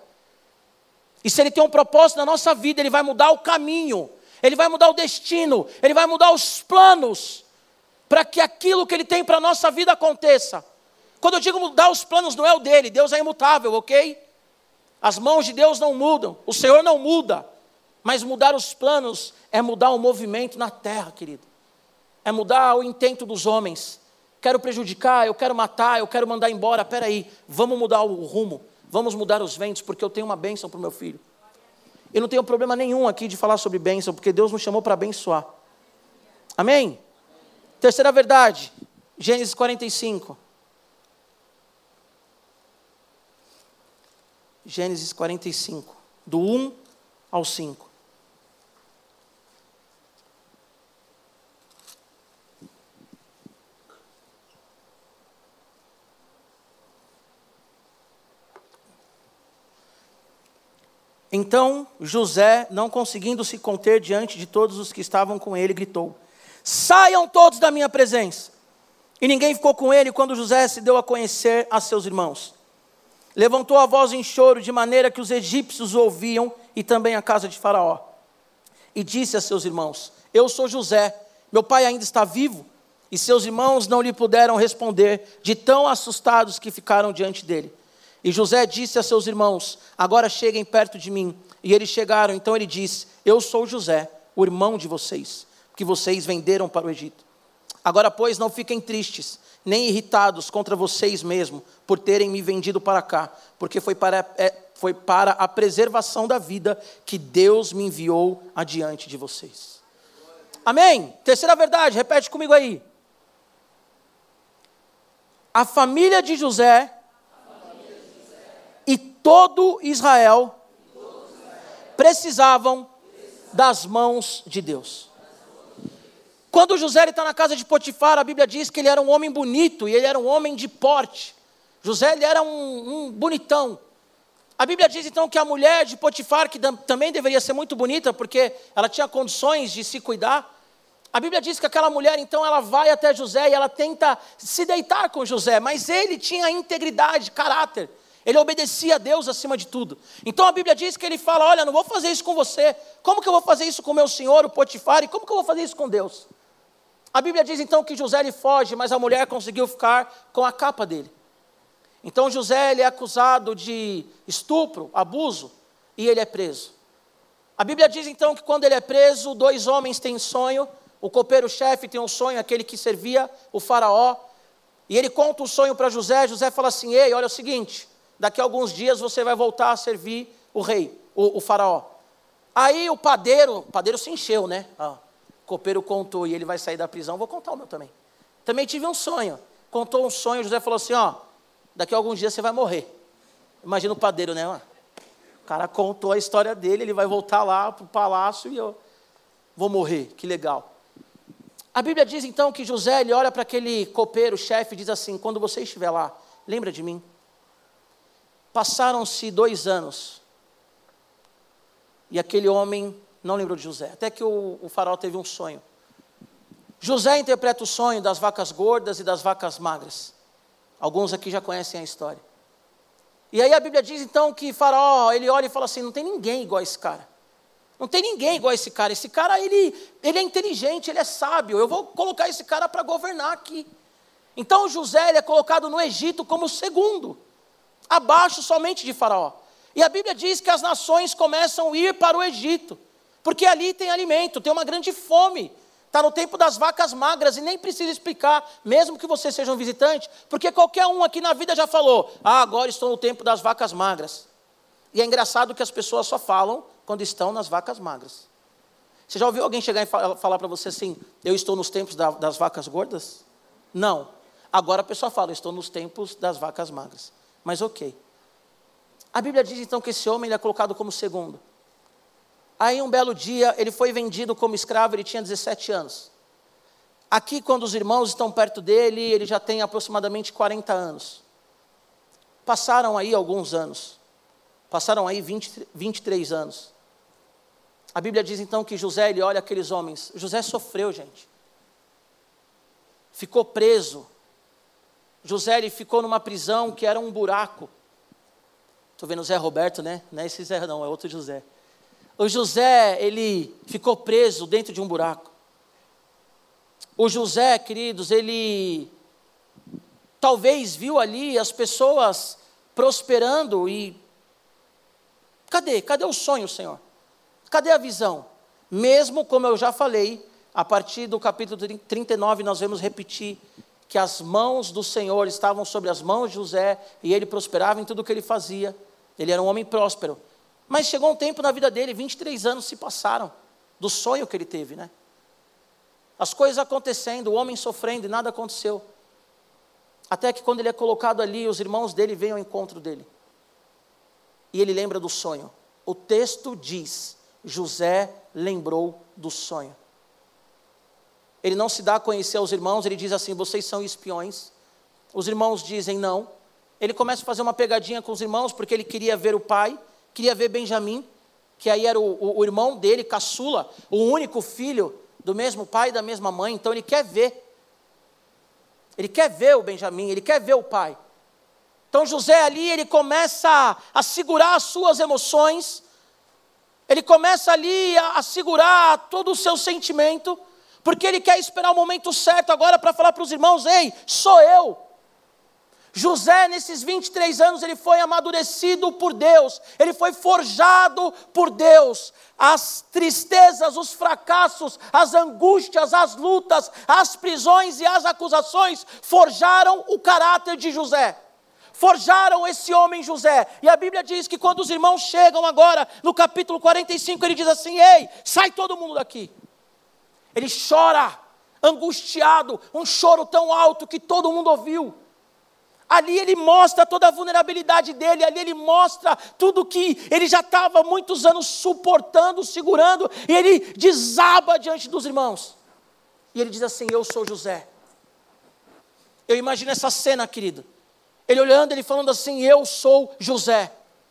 E se Ele tem um propósito na nossa vida, Ele vai mudar o caminho, Ele vai mudar o destino, Ele vai mudar os planos, para que aquilo que Ele tem para a nossa vida aconteça. Quando eu digo mudar os planos, não é o dele, Deus é imutável, ok? As mãos de Deus não mudam, o Senhor não muda, mas mudar os planos é mudar o movimento na terra, querido. É mudar o intento dos homens. Quero prejudicar, eu quero matar, eu quero mandar embora, peraí, vamos mudar o rumo. Vamos mudar os ventos, porque eu tenho uma bênção para o meu filho. Eu não tenho problema nenhum aqui de falar sobre bênção, porque Deus nos chamou para abençoar. Amém? Terceira verdade, Gênesis quarenta e cinco. Gênesis quarenta e cinco, do um ao cinco. Então José, não conseguindo se conter diante de todos os que estavam com ele, gritou: saiam todos da minha presença. E ninguém ficou com ele quando José se deu a conhecer a seus irmãos. Levantou a voz em choro, de maneira que os egípcios o ouviam, e também a casa de Faraó. E disse a seus irmãos: eu sou José, meu pai ainda está vivo? E seus irmãos não lhe puderam responder, de tão assustados que ficaram diante dele. E José disse a seus irmãos: agora cheguem perto de mim. E eles chegaram, então ele disse: eu sou José, o irmão de vocês, que vocês venderam para o Egito. Agora, pois, não fiquem tristes, nem irritados contra vocês mesmos, por terem me vendido para cá, porque foi para, é, foi para a preservação da vida que Deus me enviou adiante de vocês. Amém? Terceira verdade, repete comigo aí. A família de José, a família de José e todo Israel, e todo Israel precisavam, precisavam das mãos de Deus. Quando José está na casa de Potifar, a Bíblia diz que ele era um homem bonito e ele era um homem de porte. José ele era um, um bonitão. A Bíblia diz então que a mulher de Potifar, que também deveria ser muito bonita, porque ela tinha condições de se cuidar, a Bíblia diz que aquela mulher então ela vai até José e ela tenta se deitar com José, mas ele tinha integridade, caráter. Ele obedecia a Deus acima de tudo. Então a Bíblia diz que ele fala: olha, não vou fazer isso com você. Como que eu vou fazer isso com o meu senhor, o Potifar? E como que eu vou fazer isso com Deus? A Bíblia diz então que José ele foge, mas a mulher conseguiu ficar com a capa dele. Então José ele é acusado de estupro, abuso, e ele é preso. A Bíblia diz então que quando ele é preso, dois homens têm sonho. O copeiro-chefe tem um sonho, aquele que servia o faraó. E ele conta o sonho para José. José fala assim: ei, olha o seguinte, daqui a alguns dias você vai voltar a servir o rei, o, o faraó. Aí o padeiro, o padeiro se encheu, né? Ah, o copeiro contou e ele vai sair da prisão, vou contar o meu também. Também tive um sonho. Contou um sonho, José falou assim: ó, daqui a alguns dias você vai morrer. Imagina o padeiro, né? O cara contou a história dele, ele vai voltar lá para o palácio e eu vou morrer, que legal. A Bíblia diz então que José, ele olha para aquele copeiro, chefe, e diz assim: quando você estiver lá, lembra de mim. Passaram-se dois anos, e aquele homem não lembrou de José, até que o, o faraó teve um sonho. José interpreta o sonho das vacas gordas e das vacas magras. Alguns aqui já conhecem a história. E aí a Bíblia diz então que faraó, ele olha e fala assim: não tem ninguém igual a esse cara. Não tem ninguém igual a esse cara. Esse cara, ele, ele é inteligente, ele é sábio. Eu vou colocar esse cara para governar aqui. Então José ele é colocado no Egito como segundo, abaixo somente de faraó. E a Bíblia diz que as nações começam a ir para o Egito, porque ali tem alimento, tem uma grande fome. Está no tempo das vacas magras, e nem precisa explicar, mesmo que você seja um visitante, porque qualquer um aqui na vida já falou: ah, agora estou no tempo das vacas magras. E é engraçado que as pessoas só falam quando estão nas vacas magras. Você já ouviu alguém chegar e falar para você assim: eu estou nos tempos da, das vacas gordas? Não. Agora a pessoa fala: eu estou nos tempos das vacas magras. Mas ok. A Bíblia diz então que esse homem ele é colocado como segundo. Aí um belo dia ele foi vendido como escravo, ele tinha dezessete anos. Aqui quando os irmãos estão perto dele, ele já tem aproximadamente quarenta anos. Passaram aí alguns anos. Passaram aí vinte, vinte e três anos. A Bíblia diz então que José, ele olha aqueles homens. José sofreu, gente. Ficou preso. José, ele ficou numa prisão que era um buraco. Estou vendo o Zé Roberto, né? Não é esse Zé não, é outro José. O José, ele ficou preso dentro de um buraco. O José, queridos, ele talvez viu ali as pessoas prosperando e Cadê? Cadê o sonho, Senhor? Cadê a visão? Mesmo, como eu já falei, a partir do capítulo trinta e nove, nós vamos repetir que as mãos do Senhor estavam sobre as mãos de José, e ele prosperava em tudo o que ele fazia. Ele era um homem próspero. Mas chegou um tempo na vida dele, vinte e três anos se passaram, do sonho que ele teve, né? As coisas acontecendo, o homem sofrendo, e nada aconteceu. Até que quando ele é colocado ali, os irmãos dele vêm ao encontro dele. E ele lembra do sonho. O texto diz: José lembrou do sonho. Ele não se dá a conhecer aos irmãos, ele diz assim: vocês são espiões. Os irmãos dizem não. Ele começa a fazer uma pegadinha com os irmãos, porque ele queria ver o pai, queria ver Benjamim, que aí era o, o, o irmão dele, caçula, o único filho do mesmo pai e da mesma mãe, então ele quer ver. Ele quer ver o Benjamim, ele quer ver o pai. Então José ali, ele começa a, a segurar as suas emoções, ele começa ali a, a segurar todo o seu sentimento, porque ele quer esperar o momento certo agora para falar para os irmãos: ei, sou eu. José, nesses vinte e três anos, ele foi amadurecido por Deus, ele foi forjado por Deus. As tristezas, os fracassos, as angústias, as lutas, as prisões e as acusações forjaram o caráter de José. Forjaram esse homem José. E a Bíblia diz que quando os irmãos chegam agora, no capítulo quarenta e cinco, ele diz assim: ei, sai todo mundo daqui. Ele chora, angustiado, um choro tão alto que todo mundo ouviu. Ali ele mostra toda a vulnerabilidade dele, ali ele mostra tudo que ele já estava há muitos anos suportando, segurando, e ele desaba diante dos irmãos. E ele diz assim: eu sou José. Eu imagino essa cena, querido. Ele olhando, ele falando assim: eu sou José.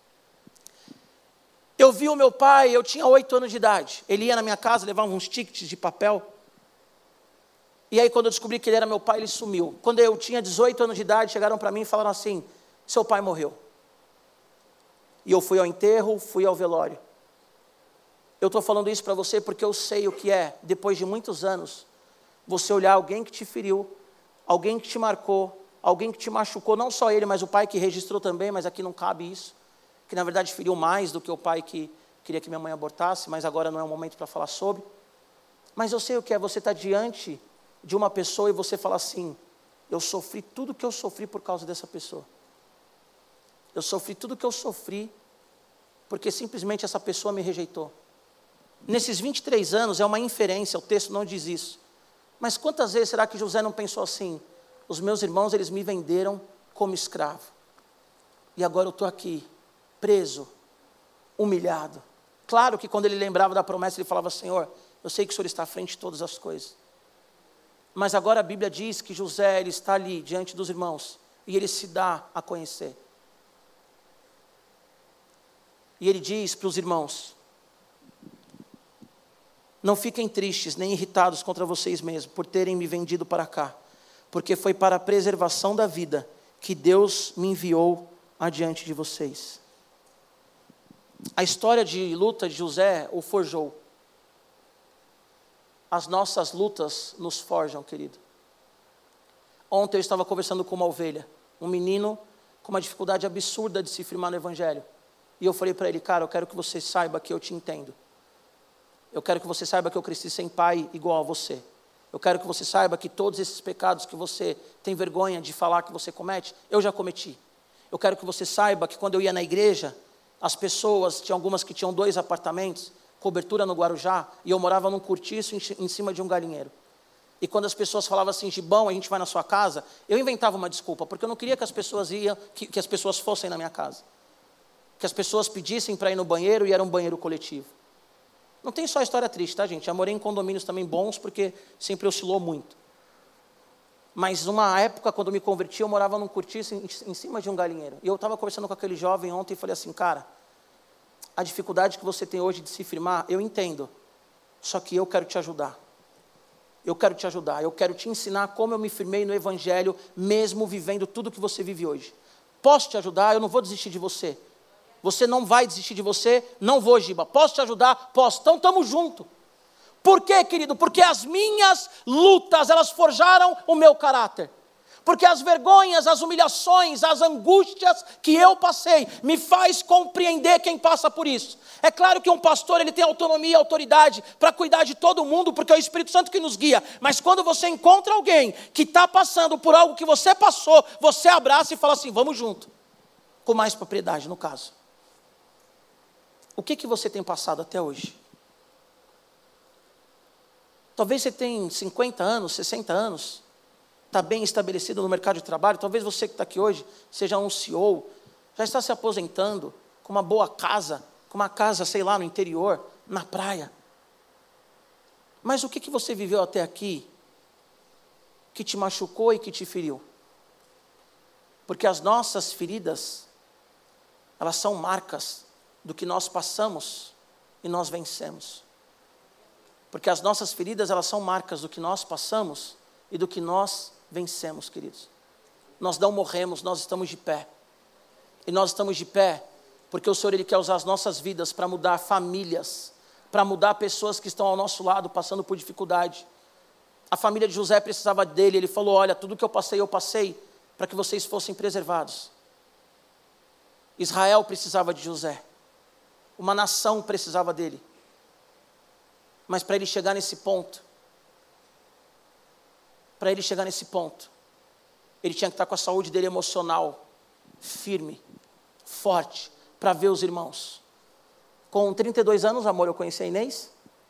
Eu vi o meu pai, eu tinha oito anos de idade. Ele ia na minha casa, levava uns tickets de papel. E aí quando eu descobri que ele era meu pai, ele sumiu. Quando eu tinha dezoito anos de idade, chegaram para mim e falaram assim: seu pai morreu. E eu fui ao enterro, fui ao velório. Eu estou falando isso para você porque eu sei o que é, depois de muitos anos, você olhar alguém que te feriu, alguém que te marcou, alguém que te machucou, não só ele, mas o pai que registrou também, mas aqui não cabe isso, que na verdade feriu mais do que o pai que queria que minha mãe abortasse, mas agora não é o momento para falar sobre. Mas eu sei o que é você estar diante de uma pessoa e você falar assim: eu sofri tudo o que eu sofri por causa dessa pessoa. Eu sofri tudo o que eu sofri porque simplesmente essa pessoa me rejeitou. Nesses vinte e três anos, é uma inferência, o texto não diz isso. Mas quantas vezes será que José não pensou assim: os meus irmãos, eles me venderam como escravo. E agora eu estou aqui, preso, humilhado. Claro que quando ele lembrava da promessa, ele falava: Senhor, eu sei que o Senhor está à frente de todas as coisas. Mas agora a Bíblia diz que José, ele está ali diante dos irmãos, e ele se dá a conhecer. E ele diz para os irmãos: não fiquem tristes, nem irritados contra vocês mesmos, por terem me vendido para cá, porque foi para a preservação da vida que Deus me enviou adiante de vocês. A história de luta de José o forjou. As nossas lutas nos forjam, querido. Ontem eu estava conversando com uma ovelha, um menino com uma dificuldade absurda de se firmar no Evangelho. E eu falei para ele: cara, eu quero que você saiba que eu te entendo. Eu quero que você saiba que eu cresci sem pai igual a você. Eu quero que você saiba que todos esses pecados que você tem vergonha de falar que você comete, eu já cometi. Eu quero que você saiba que quando eu ia na igreja, as pessoas, tinha algumas que tinham dois apartamentos, cobertura no Guarujá, e eu morava num cortiço em cima de um galinheiro. E quando as pessoas falavam assim: Gibão, a gente vai na sua casa, eu inventava uma desculpa, porque eu não queria que as pessoas iam, que, que as pessoas fossem na minha casa. Que as pessoas pedissem para ir no banheiro e era um banheiro coletivo. Não tem só história triste, tá, gente? Já morei em condomínios também bons, porque sempre oscilou muito. Mas numa época, quando eu me converti, eu morava num cortiço em, em cima de um galinheiro. E eu estava conversando com aquele jovem ontem e falei assim: cara, a dificuldade que você tem hoje de se firmar, eu entendo. Só que eu quero te ajudar. Eu quero te ajudar. Eu quero te ensinar como eu me firmei no Evangelho, mesmo vivendo tudo que você vive hoje. Posso te ajudar? Eu não vou desistir de você. Você não vai desistir de você? Não vou, Giba. Posso te ajudar? Posso. Então estamos juntos. Por quê, querido? Porque as minhas lutas, elas forjaram o meu caráter. Porque as vergonhas, as humilhações, as angústias que eu passei, me faz compreender quem passa por isso. É claro que um pastor, ele tem autonomia e autoridade para cuidar de todo mundo, porque é o Espírito Santo que nos guia. Mas quando você encontra alguém que está passando por algo que você passou, você abraça e fala assim: vamos junto. Com mais propriedade, no caso. O que, que você tem passado até hoje? Talvez você tenha cinquenta anos, sessenta anos, está bem estabelecido no mercado de trabalho. Talvez você que está aqui hoje seja um C E O, já está se aposentando, com uma boa casa, com uma casa, sei lá, no interior, na praia. Mas o que, que você viveu até aqui que te machucou e que te feriu? Porque as nossas feridas, elas são marcas do que nós passamos e nós vencemos. Porque as nossas feridas, elas são marcas do que nós passamos e do que nós vencemos, queridos. Nós não morremos, nós estamos de pé. E nós estamos de pé porque o Senhor, Ele quer usar as nossas vidas para mudar famílias, para mudar pessoas que estão ao nosso lado, passando por dificuldade. A família de José precisava dele, ele falou, olha, tudo que eu passei, eu passei, para que vocês fossem preservados. Israel precisava de José. Uma nação precisava dele. Mas para ele chegar nesse ponto, para ele chegar nesse ponto, ele tinha que estar com a saúde dele emocional firme, forte, para ver os irmãos. Com trinta e dois anos, amor, eu conheci a Inês.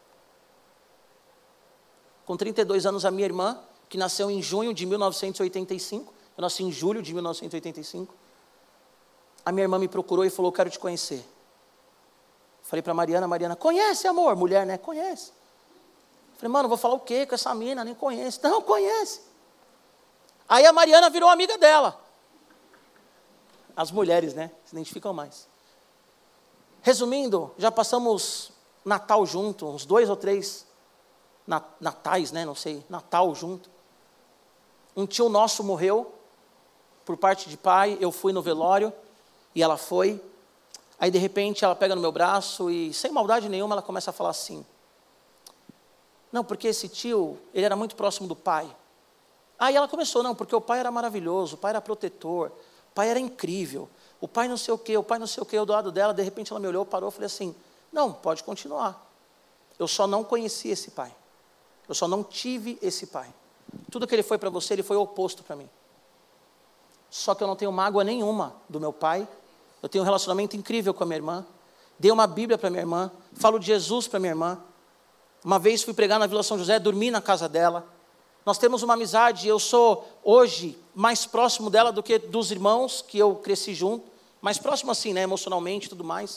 Com trinta e dois anos, a minha irmã, que nasceu em junho de mil novecentos e oitenta e cinco, eu nasci em julho de mil novecentos e oitenta e cinco, a minha irmã me procurou e falou, quero te conhecer. Falei para a Mariana, Mariana, conhece, amor? Mulher, né? Conhece. Falei, mano, vou falar o quê com essa mina? Nem conhece. Não, conhece. Aí a Mariana virou amiga dela. As mulheres, né? Se identificam mais. Resumindo, já passamos Natal junto, uns dois ou três natais, né? Não sei, Natal junto. Um tio nosso morreu, por parte de pai, eu fui no velório, e ela foi. Aí, de repente, ela pega no meu braço e, sem maldade nenhuma, ela começa a falar assim, não, porque esse tio, ele era muito próximo do pai. Aí ela começou, não, porque o pai era maravilhoso, o pai era protetor, o pai era incrível, o pai não sei o quê, o pai não sei o quê, eu do lado dela, de repente ela me olhou, parou, eu falei assim, não, pode continuar. Eu só não conheci esse pai. Eu só não tive esse pai. Tudo que ele foi para você, ele foi o oposto para mim. Só que eu não tenho mágoa nenhuma do meu pai. Eu tenho um relacionamento incrível com a minha irmã. Dei uma Bíblia para minha irmã. Falo de Jesus para minha irmã. Uma vez fui pregar na Vila São José, dormi na casa dela. Nós temos uma amizade, eu sou hoje mais próximo dela do que dos irmãos que eu cresci junto. Mais próximo assim, né, emocionalmente e tudo mais.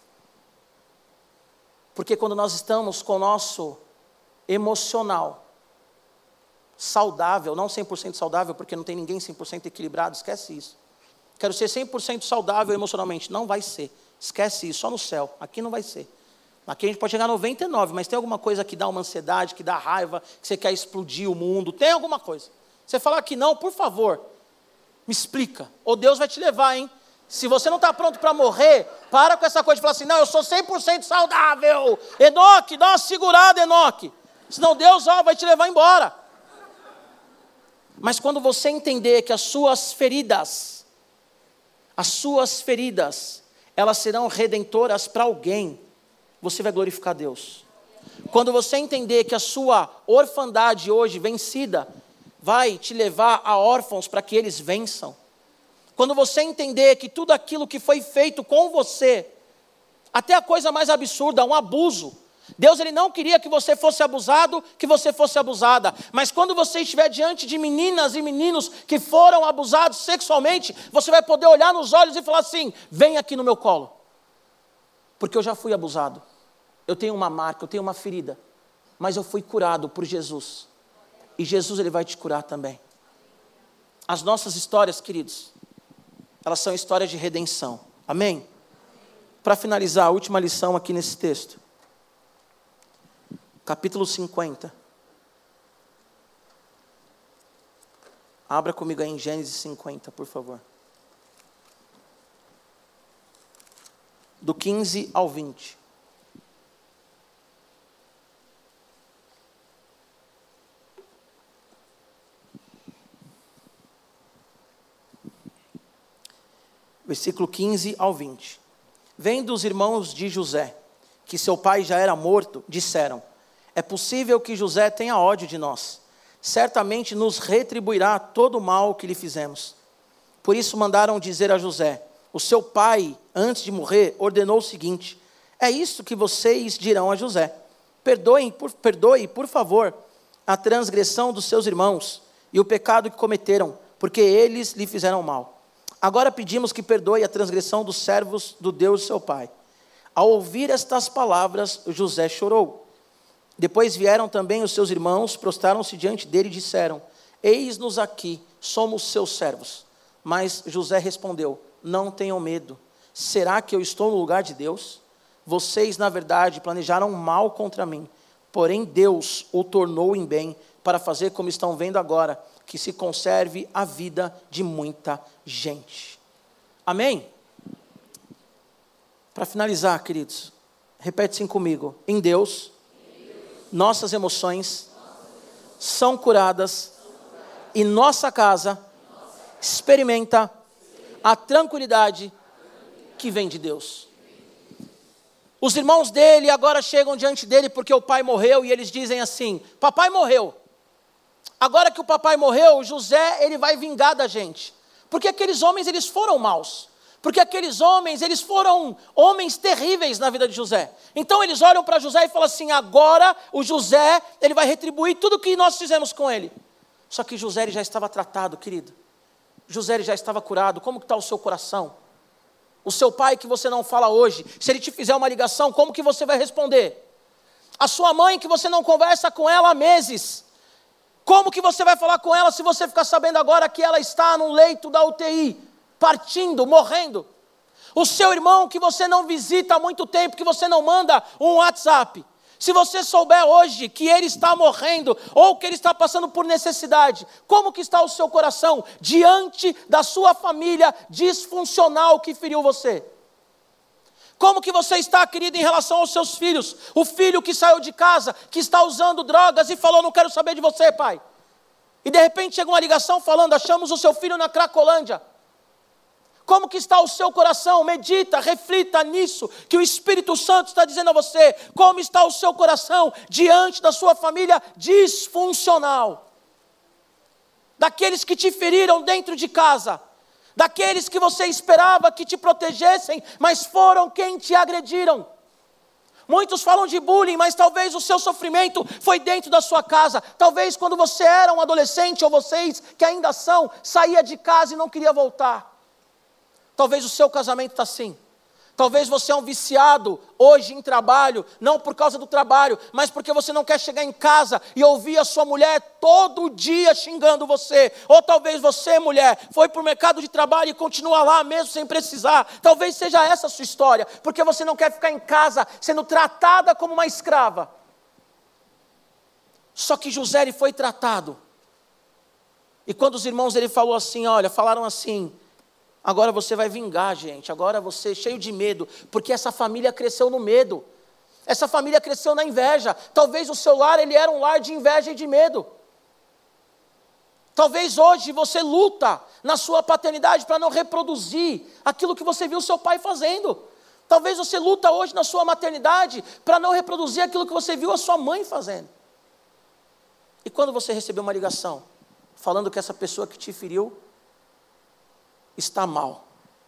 Porque quando nós estamos com o nosso emocional saudável, não cem por cento saudável, porque não tem ninguém cem por cento equilibrado, esquece isso. Quero ser cem por cento saudável emocionalmente, não vai ser. Esquece isso, só no céu, aqui não vai ser. Aqui a gente pode chegar a noventa e nove, mas tem alguma coisa que dá uma ansiedade, que dá raiva, que você quer explodir o mundo, tem alguma coisa. Você falar que não, por favor, me explica, ou Deus vai te levar, hein? Se você não está pronto para morrer, para com essa coisa de falar assim, não, eu sou cem por cento saudável. Enoque, dá uma segurada, Enoque. Senão Deus ó, vai te levar embora. Mas quando você entender que as suas feridas, as suas feridas, elas serão redentoras para alguém, você vai glorificar Deus. Quando você entender que a sua orfandade hoje vencida, vai te levar a órfãos para que eles vençam. Quando você entender que tudo aquilo que foi feito com você, até a coisa mais absurda, um abuso, Deus ele não queria que você fosse abusado, que você fosse abusada. Mas quando você estiver diante de meninas e meninos que foram abusados sexualmente, você vai poder olhar nos olhos e falar assim, vem aqui no meu colo. Porque eu já fui abusado. Eu tenho uma marca, eu tenho uma ferida. Mas eu fui curado por Jesus. E Jesus ele vai te curar também. As nossas histórias, queridos, elas são histórias de redenção. Amém? Para finalizar, a última lição aqui nesse texto. Capítulo cinquenta. Abra comigo aí em Gênesis cinquenta, por favor. Do quinze ao vinte. Versículo quinze ao vinte. Vendo os irmãos de José, que seu pai já era morto, disseram, é possível que José tenha ódio de nós. Certamente nos retribuirá todo o mal que lhe fizemos. Por isso mandaram dizer a José, o seu pai, antes de morrer, ordenou o seguinte, é isso que vocês dirão a José. Perdoem, por, perdoe, por favor, a transgressão dos seus irmãos e o pecado que cometeram, porque eles lhe fizeram mal. Agora pedimos que perdoe a transgressão dos servos do Deus seu pai. Ao ouvir estas palavras, José chorou. Depois vieram também os seus irmãos, prostraram-se diante dele e disseram, eis-nos aqui, somos seus servos. Mas José respondeu, não tenham medo. Será que eu estou no lugar de Deus? Vocês, na verdade, planejaram mal contra mim, porém Deus o tornou em bem para fazer como estão vendo agora, que se conserve a vida de muita gente. Amém? Para finalizar, queridos, repete assim comigo. Em Deus, nossas emoções são curadas e nossa casa experimenta a tranquilidade que vem de Deus. Os irmãos dele agora chegam diante dele porque o pai morreu e eles dizem assim: papai morreu. Agora que o papai morreu, José ele vai vingar da gente. Porque aqueles homens eles foram maus. Porque aqueles homens, eles foram homens terríveis na vida de José. Então eles olham para José e falam assim: agora o José, ele vai retribuir tudo o que nós fizemos com ele. Só que José ele já estava tratado, querido. José ele já estava curado. Como que está o seu coração? O seu pai que você não fala hoje, se ele te fizer uma ligação, como que você vai responder? A sua mãe que você não conversa com ela há meses, como que você vai falar com ela se você ficar sabendo agora que ela está no leito da U T I, partindo, morrendo? O seu irmão que você não visita há muito tempo, que você não manda um WhatsApp, se você souber hoje que ele está morrendo, ou que ele está passando por necessidade, como que está o seu coração diante da sua família disfuncional que feriu você? Como que você está, querido, em relação aos seus filhos? O filho que saiu de casa, que está usando drogas e falou: não quero saber de você, pai. E de repente chega uma ligação falando: achamos o seu filho na Cracolândia. Como que está o seu coração? Medita, reflita nisso que o Espírito Santo está dizendo a você. Como está o seu coração diante da sua família disfuncional? Daqueles que te feriram dentro de casa. Daqueles que você esperava que te protegessem, mas foram quem te agrediram. Muitos falam de bullying, mas talvez o seu sofrimento foi dentro da sua casa. Talvez quando você era um adolescente, ou vocês que ainda são, saía de casa e não queria voltar. Talvez o seu casamento está assim. Talvez você é um viciado hoje em trabalho, não por causa do trabalho, mas porque você não quer chegar em casa e ouvir a sua mulher todo dia xingando você. Ou talvez você, mulher, foi para o mercado de trabalho e continua lá mesmo sem precisar. Talvez seja essa a sua história, porque você não quer ficar em casa sendo tratada como uma escrava. Só que José ele foi tratado. E quando os irmãos dele falou assim, olha, falaram assim: agora você vai vingar, gente. Agora você, cheio de medo, porque essa família cresceu no medo. Essa família cresceu na inveja. Talvez o seu lar, ele era um lar de inveja e de medo. Talvez hoje você luta na sua paternidade para não reproduzir aquilo que você viu seu pai fazendo. Talvez você luta hoje na sua maternidade para não reproduzir aquilo que você viu a sua mãe fazendo. E quando você recebeu uma ligação falando que essa pessoa que te feriu está mal,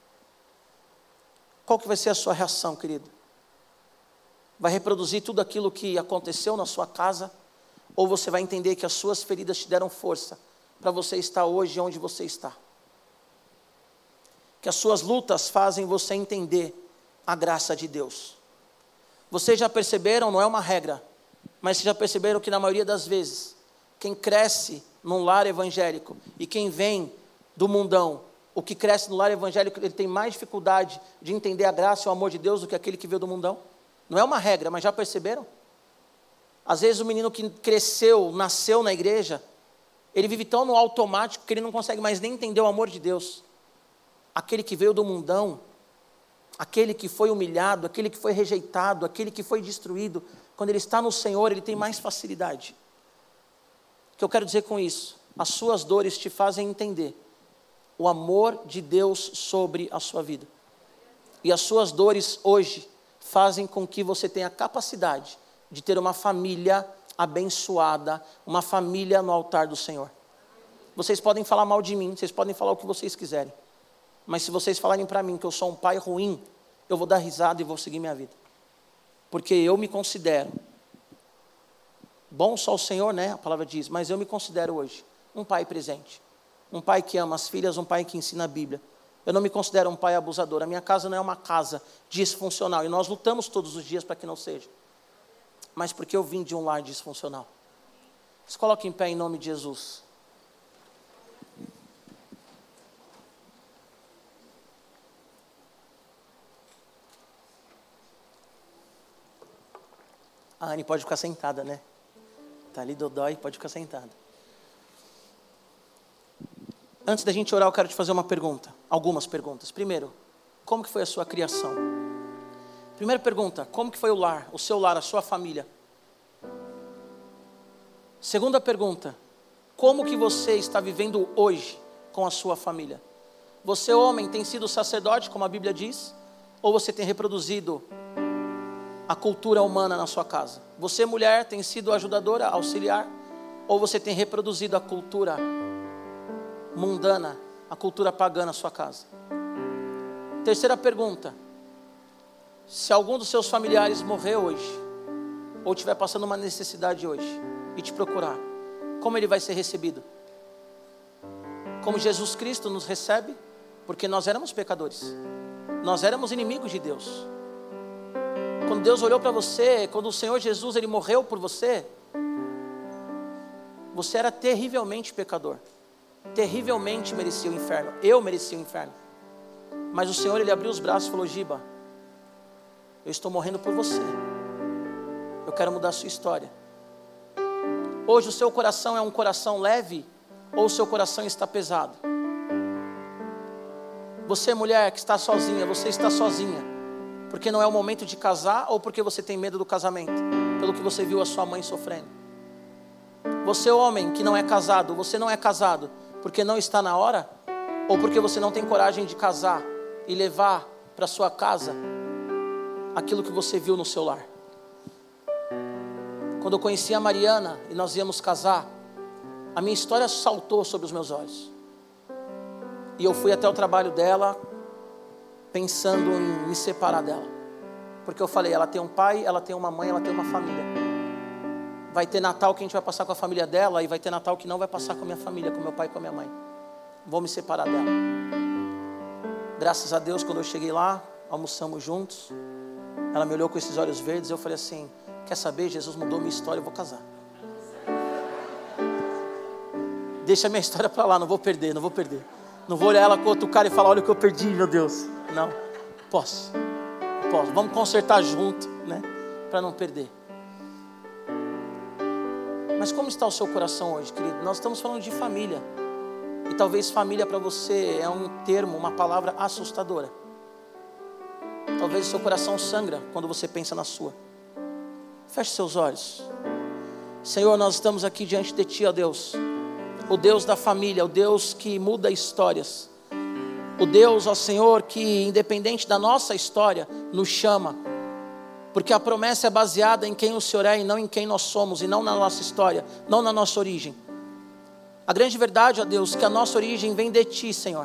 qual que vai ser a sua reação, querido? Vai reproduzir tudo aquilo que aconteceu na sua casa? Ou você vai entender que as suas feridas te deram força para você estar hoje onde você está? Que as suas lutas fazem você entender a graça de Deus. Vocês já perceberam, não é uma regra, mas vocês já perceberam que na maioria das vezes, quem cresce num lar evangélico e quem vem do mundão, o que cresce no lar evangélico, ele tem mais dificuldade de entender a graça e o amor de Deus do que aquele que veio do mundão? Não é uma regra, mas já perceberam? Às vezes o menino que cresceu, nasceu na igreja, ele vive tão no automático que ele não consegue mais nem entender o amor de Deus. Aquele que veio do mundão, aquele que foi humilhado, aquele que foi rejeitado, aquele que foi destruído, quando ele está no Senhor, ele tem mais facilidade. O que eu quero dizer com isso? As suas dores te fazem entender o amor de Deus sobre a sua vida. E as suas dores hoje fazem com que você tenha a capacidade de ter uma família abençoada, uma família no altar do Senhor. Vocês podem falar mal de mim, vocês podem falar o que vocês quiserem, mas se vocês falarem para mim que eu sou um pai ruim, eu vou dar risada e vou seguir minha vida. Porque eu me considero, bom só o Senhor, né? A palavra diz, mas eu me considero hoje um pai presente. Um pai que ama as filhas, um pai que ensina a Bíblia. Eu não me considero um pai abusador. A minha casa não é uma casa disfuncional. E nós lutamos todos os dias para que não seja. Mas porque eu vim de um lar disfuncional. Se coloque em pé em nome de Jesus. A Anne pode ficar sentada, né? Tá ali dodói, pode ficar sentada. Antes da gente orar, eu quero te fazer uma pergunta. Algumas perguntas. Primeiro, como que foi a sua criação? Primeira pergunta, como que foi o lar, o seu lar, a sua família? Segunda pergunta, como que você está vivendo hoje com a sua família? Você, homem, tem sido sacerdote, como a Bíblia diz? Ou você tem reproduzido a cultura humana na sua casa? Você, mulher, tem sido ajudadora, auxiliar? Ou você tem reproduzido a cultura mundana, a cultura pagã na sua casa? Terceira pergunta, se algum dos seus familiares morrer hoje, ou estiver passando uma necessidade hoje, e te procurar, como ele vai ser recebido? Como Jesus Cristo nos recebe? Porque nós éramos pecadores, nós éramos inimigos de Deus. Quando Deus olhou para você, quando o Senhor Jesus, Ele morreu por você, você era terrivelmente pecador, terrivelmente merecia o inferno, eu merecia o inferno. Mas o Senhor, Ele abriu os braços e falou: Giba, eu estou morrendo por você, eu quero mudar a sua história. Hoje o seu coração é um coração leve, ou o seu coração está pesado? Você, mulher que está sozinha, você está sozinha porque não é o momento de casar, ou porque você tem medo do casamento, pelo que você viu a sua mãe sofrendo? Você, homem que não é casado, você não é casado porque não está na hora, ou porque você não tem coragem de casar e levar para sua casa aquilo que você viu no seu lar? Quando eu conheci a Mariana e nós íamos casar, a minha história saltou sobre os meus olhos. E eu fui até o trabalho dela, pensando em me separar dela. Porque eu falei, ela tem um pai, ela tem uma mãe, ela tem uma família. Vai ter Natal que a gente vai passar com a família dela, e vai ter Natal que não vai passar com a minha família, com meu pai e com a minha mãe. Vou me separar dela. Graças a Deus, quando eu cheguei lá, almoçamos juntos. Ela me olhou com esses olhos verdes, eu falei assim: quer saber, Jesus mudou minha história, eu vou casar. Deixa a minha história para lá, não vou perder, não vou perder. Não vou olhar ela com outro cara e falar: olha o que eu perdi, meu Deus. Não, posso, posso. Vamos consertar junto, né? Para não perder. Mas como está o seu coração hoje, querido? Nós estamos falando de família. E talvez família para você é um termo, uma palavra assustadora. Talvez o seu coração sangra quando você pensa na sua. Feche seus olhos. Senhor, nós estamos aqui diante de Ti, ó Deus, o Deus da família, o Deus que muda histórias, o Deus, ó Senhor, que independente da nossa história, nos chama, porque a promessa é baseada em quem o Senhor é e não em quem nós somos, e não na nossa história, não na nossa origem. A grande verdade, ó Deus, que a nossa origem vem de Ti, Senhor.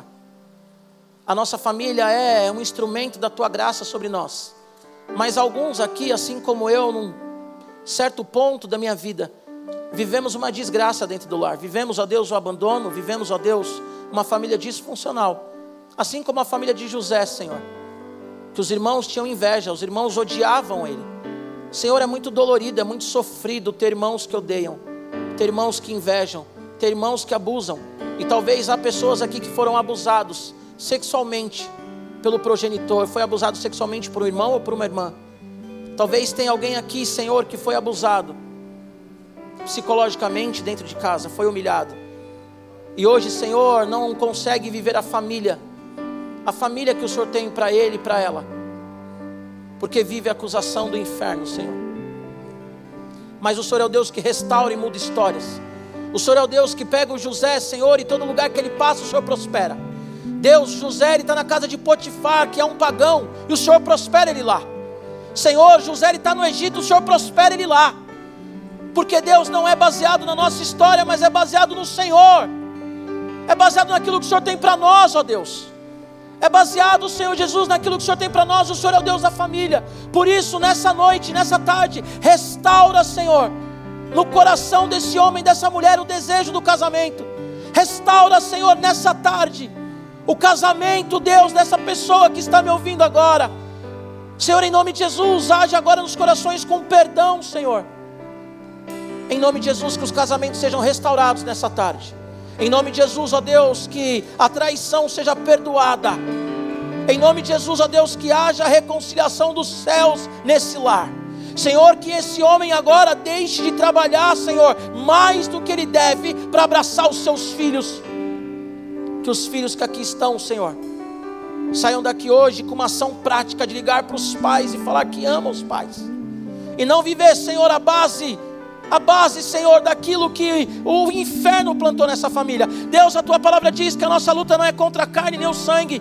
A nossa família é um instrumento da Tua graça sobre nós, mas alguns aqui, assim como eu, num certo ponto da minha vida, vivemos uma desgraça dentro do lar. Vivemos, ó Deus, o abandono. Vivemos, ó Deus, uma família disfuncional. Assim como a família de José, Senhor, que os irmãos tinham inveja, os irmãos odiavam ele. Senhor, é muito dolorido, é muito sofrido ter irmãos que odeiam, ter irmãos que invejam, ter irmãos que abusam. E talvez há pessoas aqui que foram abusados sexualmente pelo progenitor, foi abusado sexualmente por um irmão ou por uma irmã. Talvez tenha alguém aqui, Senhor, que foi abusado psicologicamente dentro de casa, foi humilhado. E hoje, Senhor, não consegue viver a família, a família que o Senhor tem para ele e para ela, porque vive a acusação do inferno, Senhor. Mas o Senhor é o Deus que restaura e muda histórias. O Senhor é o Deus que pega o José, Senhor, e todo lugar que ele passa, o Senhor prospera. Deus, José, ele está na casa de Potifar, que é um pagão, e o Senhor prospera ele lá. Senhor, José, ele está no Egito, o Senhor prospera ele lá. Porque Deus não é baseado na nossa história, mas é baseado no Senhor. É baseado naquilo que o Senhor tem para nós, ó Deus. É baseado, Senhor Jesus, naquilo que o Senhor tem para nós. O Senhor é o Deus da família. Por isso, nessa noite, nessa tarde, restaura, Senhor, no coração desse homem, dessa mulher, o desejo do casamento. Restaura, Senhor, nessa tarde, o casamento, Deus, dessa pessoa que está me ouvindo agora. Senhor, em nome de Jesus, age agora nos corações com perdão, Senhor. Em nome de Jesus, que os casamentos sejam restaurados nessa tarde. Em nome de Jesus, ó Deus, que a traição seja perdoada. Em nome de Jesus, ó Deus, que haja a reconciliação dos céus nesse lar. Senhor, que esse homem agora deixe de trabalhar, Senhor, mais do que ele deve, para abraçar os seus filhos. Que os filhos que aqui estão, Senhor, saiam daqui hoje com uma ação prática de ligar para os pais e falar que ama os pais. E não viver, Senhor, a base, a base, Senhor, daquilo que o inferno plantou nessa família. Deus, a Tua palavra diz que a nossa luta não é contra a carne nem o sangue,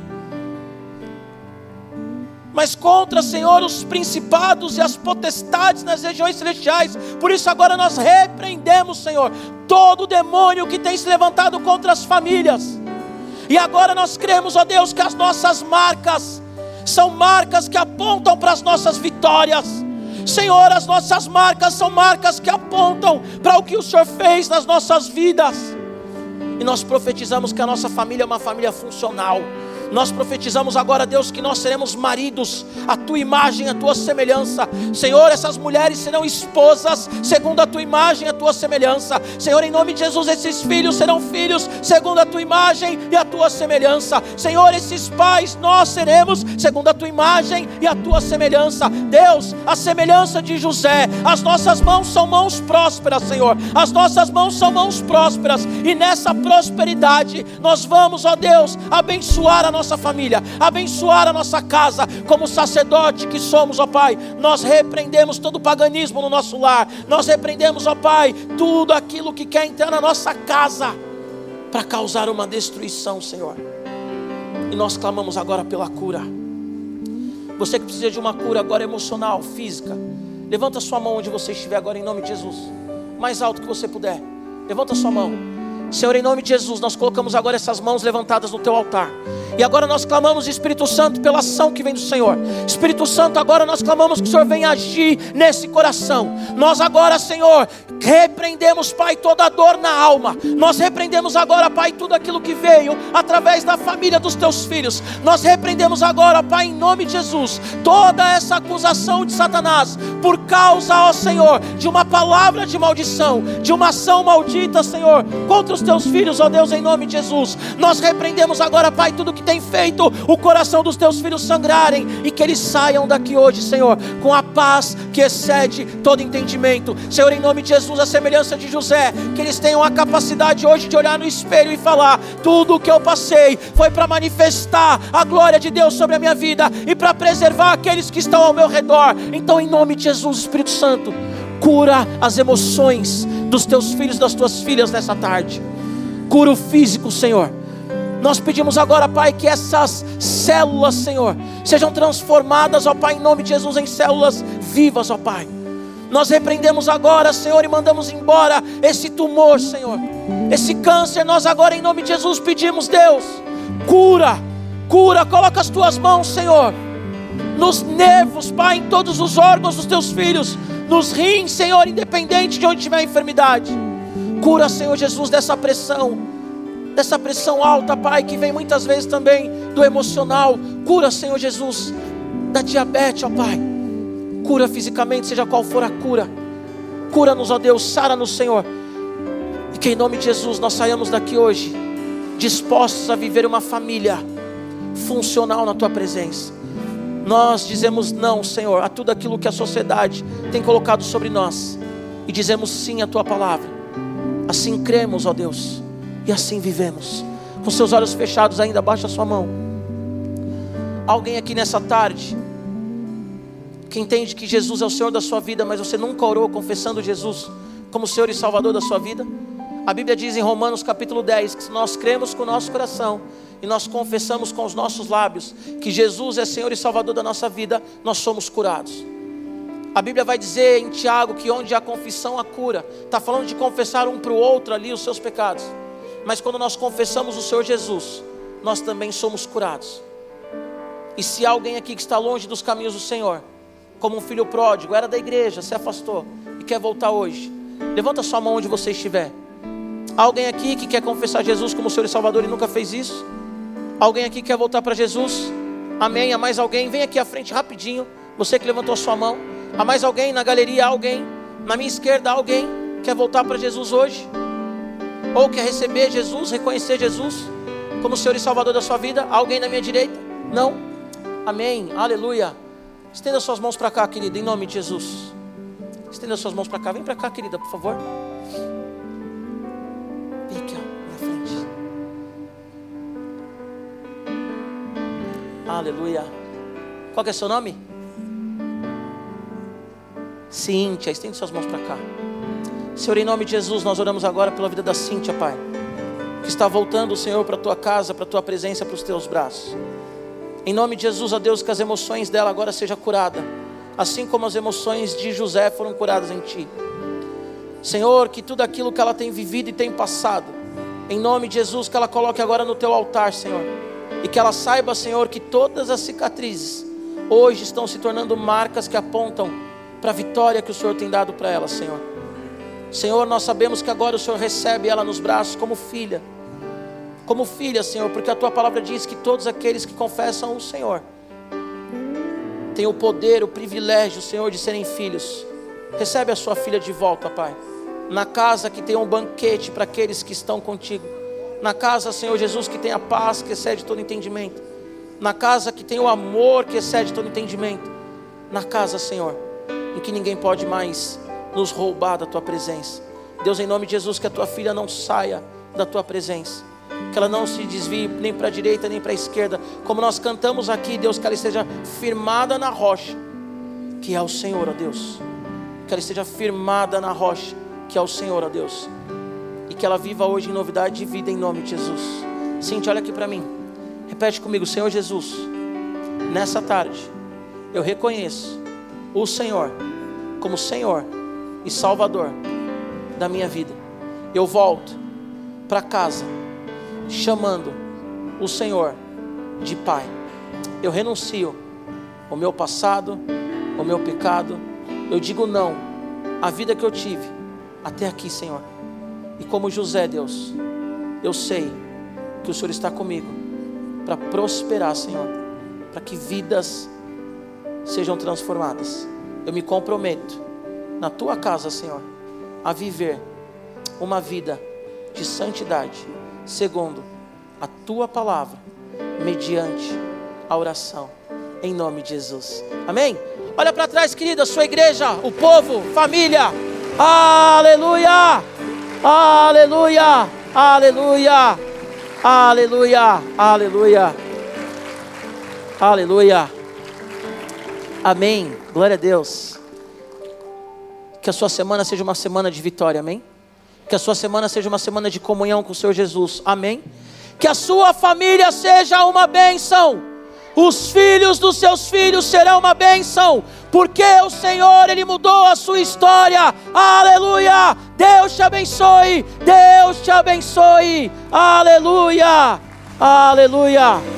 mas contra, Senhor, os principados e as potestades nas regiões celestiais. Por isso agora nós repreendemos, Senhor, todo demônio que tem se levantado contra as famílias. E agora nós cremos, ó Deus, que as nossas marcas são marcas que apontam para as nossas vitórias. Senhor, as nossas marcas são marcas que apontam para o que o Senhor fez nas nossas vidas. E nós profetizamos que a nossa família é uma família funcional. Nós profetizamos agora, Deus, que nós seremos maridos, a Tua imagem, a Tua semelhança. Senhor, essas mulheres serão esposas, segundo a Tua imagem, a Tua semelhança. Senhor, em nome de Jesus, esses filhos serão filhos, segundo a Tua imagem e a Tua semelhança. Senhor, esses pais, nós seremos, segundo a Tua imagem e a Tua semelhança. Deus, a semelhança de José, as nossas mãos são mãos prósperas, Senhor. As nossas mãos são mãos prósperas, e nessa prosperidade, nós vamos, ó Deus, abençoar a nossa família, abençoar a nossa casa. Como sacerdote que somos, ó Pai, nós repreendemos todo o paganismo no nosso lar. Nós repreendemos, ó Pai, tudo aquilo que quer entrar na nossa casa para causar uma destruição, Senhor. E nós clamamos agora pela cura. Você que precisa de uma cura agora emocional, física, levanta sua mão onde você estiver agora, em nome de Jesus, mais alto que você puder. Levanta sua mão. Senhor, em nome de Jesus, nós colocamos agora essas mãos levantadas no Teu altar. E agora nós clamamos, Espírito Santo, pela ação que vem do Senhor. Espírito Santo, agora nós clamamos que o Senhor venha agir nesse coração. Nós agora, Senhor, repreendemos, Pai, toda a dor na alma. Nós repreendemos agora, Pai, tudo aquilo que veio através da família dos Teus filhos. Nós repreendemos agora, Pai, em nome de Jesus, toda essa acusação de Satanás, por causa, ó Senhor, de uma palavra de maldição, de uma ação maldita, Senhor, contra os Teus filhos, ó Deus, em nome de Jesus. Nós repreendemos agora, Pai, tudo que tem feito o coração dos Teus filhos sangrarem, e que eles saiam daqui hoje, Senhor, com a paz que excede todo entendimento. Senhor, em nome de Jesus, a semelhança de José, que eles tenham a capacidade hoje de olhar no espelho e falar: tudo o que eu passei foi para manifestar a glória de Deus sobre a minha vida e para preservar aqueles que estão ao meu redor. Então, em nome de Jesus, Espírito Santo, cura as emoções dos Teus filhos e das Tuas filhas nessa tarde. Cura o físico, Senhor. Nós pedimos agora, Pai, que essas células, Senhor, sejam transformadas, ó Pai, em nome de Jesus, em células vivas, ó Pai. Nós repreendemos agora, Senhor, e mandamos embora esse tumor, Senhor, esse câncer. Nós agora, em nome de Jesus, pedimos, Deus, cura, cura, coloca as Tuas mãos, Senhor, nos nervos, Pai, em todos os órgãos dos Teus filhos, nos rins, Senhor, independente de onde tiver a enfermidade. Cura, Senhor Jesus, dessa pressão, dessa pressão alta, Pai, que vem muitas vezes também do emocional. Cura, Senhor Jesus, da diabetes, ó Pai. Cura fisicamente, seja qual for a cura. Cura-nos, ó Deus, sara-nos, Senhor. E que em nome de Jesus nós saiamos daqui hoje dispostos a viver uma família funcional na Tua presença. Nós dizemos não, Senhor, a tudo aquilo que a sociedade tem colocado sobre nós, e dizemos sim à Tua palavra. Assim cremos, ó Deus, e assim vivemos. Com seus olhos fechados ainda, baixa a sua mão. Alguém aqui nessa tarde que entende que Jesus é o Senhor da sua vida, mas você nunca orou confessando Jesus como Senhor e Salvador da sua vida? A Bíblia diz em Romanos capítulo dez, que se nós cremos com o nosso coração e nós confessamos com os nossos lábios que Jesus é Senhor e Salvador da nossa vida, nós somos curados. A Bíblia vai dizer em Tiago que onde há confissão há cura. Está falando de confessar um para o outro ali os seus pecados. Mas quando nós confessamos o Senhor Jesus, nós também somos curados. E se há alguém aqui que está longe dos caminhos do Senhor, como um filho pródigo, era da igreja, se afastou e quer voltar hoje, levanta sua mão onde você estiver. Há alguém aqui que quer confessar Jesus como Senhor e Salvador e nunca fez isso? Alguém aqui que quer voltar para Jesus? Amém. Há mais alguém? Vem aqui à frente rapidinho, você que levantou a sua mão. Há mais alguém na galeria? Há alguém? Na minha esquerda, há alguém que quer voltar para Jesus hoje? Ou quer receber Jesus, reconhecer Jesus como Senhor e Salvador da sua vida? Há alguém na minha direita? Não? Amém, aleluia. Estenda suas mãos para cá, querido, em nome de Jesus. Estenda as suas mãos para cá. Vem para cá, querida, por favor. Vem aqui, ó, na frente. Aleluia. Qual que é seu nome? Cíntia. Estende suas mãos para cá. Senhor, em nome de Jesus, nós oramos agora pela vida da Cíntia, Pai, que está voltando, Senhor, para a tua casa, para a tua presença, para os teus braços. Em nome de Jesus, ó Deus, que as emoções dela agora sejam curadas, assim como as emoções de José foram curadas em Ti. Senhor, que tudo aquilo que ela tem vivido e tem passado, em nome de Jesus, que ela coloque agora no Teu altar, Senhor, e que ela saiba, Senhor, que todas as cicatrizes hoje estão se tornando marcas que apontam para a vitória que o Senhor tem dado para ela, Senhor. Senhor, nós sabemos que agora o Senhor recebe ela nos braços como filha, como filha, Senhor, porque a Tua palavra diz que todos aqueles que confessam o Senhor têm o poder, o privilégio, Senhor, de serem filhos. Recebe a sua filha de volta, Pai, na casa que tem um banquete para aqueles que estão contigo, na casa, Senhor Jesus, que tem a paz que excede todo entendimento, na casa que tem o amor que excede todo entendimento, na casa, Senhor, em que ninguém pode mais nos roubar da Tua presença. Deus, em nome de Jesus, que a Tua filha não saia da Tua presença, que ela não se desvie nem para a direita nem para a esquerda, como nós cantamos aqui, Deus, que ela esteja firmada na rocha, que é o Senhor, ó Deus, que ela esteja firmada na rocha, que é o Senhor, ó Deus, e que ela viva hoje em novidade de vida, em nome de Jesus. Cíntia, olha aqui para mim, repete comigo: Senhor Jesus, nessa tarde, eu reconheço o Senhor como Senhor e Salvador da minha vida. Eu volto para casa chamando o Senhor de Pai. Eu renuncio ao meu passado, ao meu pecado. Eu digo não à vida que eu tive até aqui, Senhor. E como José, Deus, eu sei que o Senhor está comigo para prosperar, Senhor, para que vidas sejam transformadas. Eu me comprometo na Tua casa, Senhor, a viver uma vida de santidade, segundo a Tua palavra, mediante a oração, em nome de Jesus. Amém? Olha para trás, querida, sua igreja, o povo, família. Aleluia! Aleluia! Aleluia! Aleluia! Aleluia! Aleluia! Amém. Glória a Deus. Que a sua semana seja uma semana de vitória, amém? Que a sua semana seja uma semana de comunhão com o Senhor Jesus, amém? Que a sua família seja uma bênção. Os filhos dos seus filhos serão uma bênção, porque o Senhor, Ele mudou a sua história. Aleluia! Deus te abençoe, Deus te abençoe. Aleluia! Aleluia!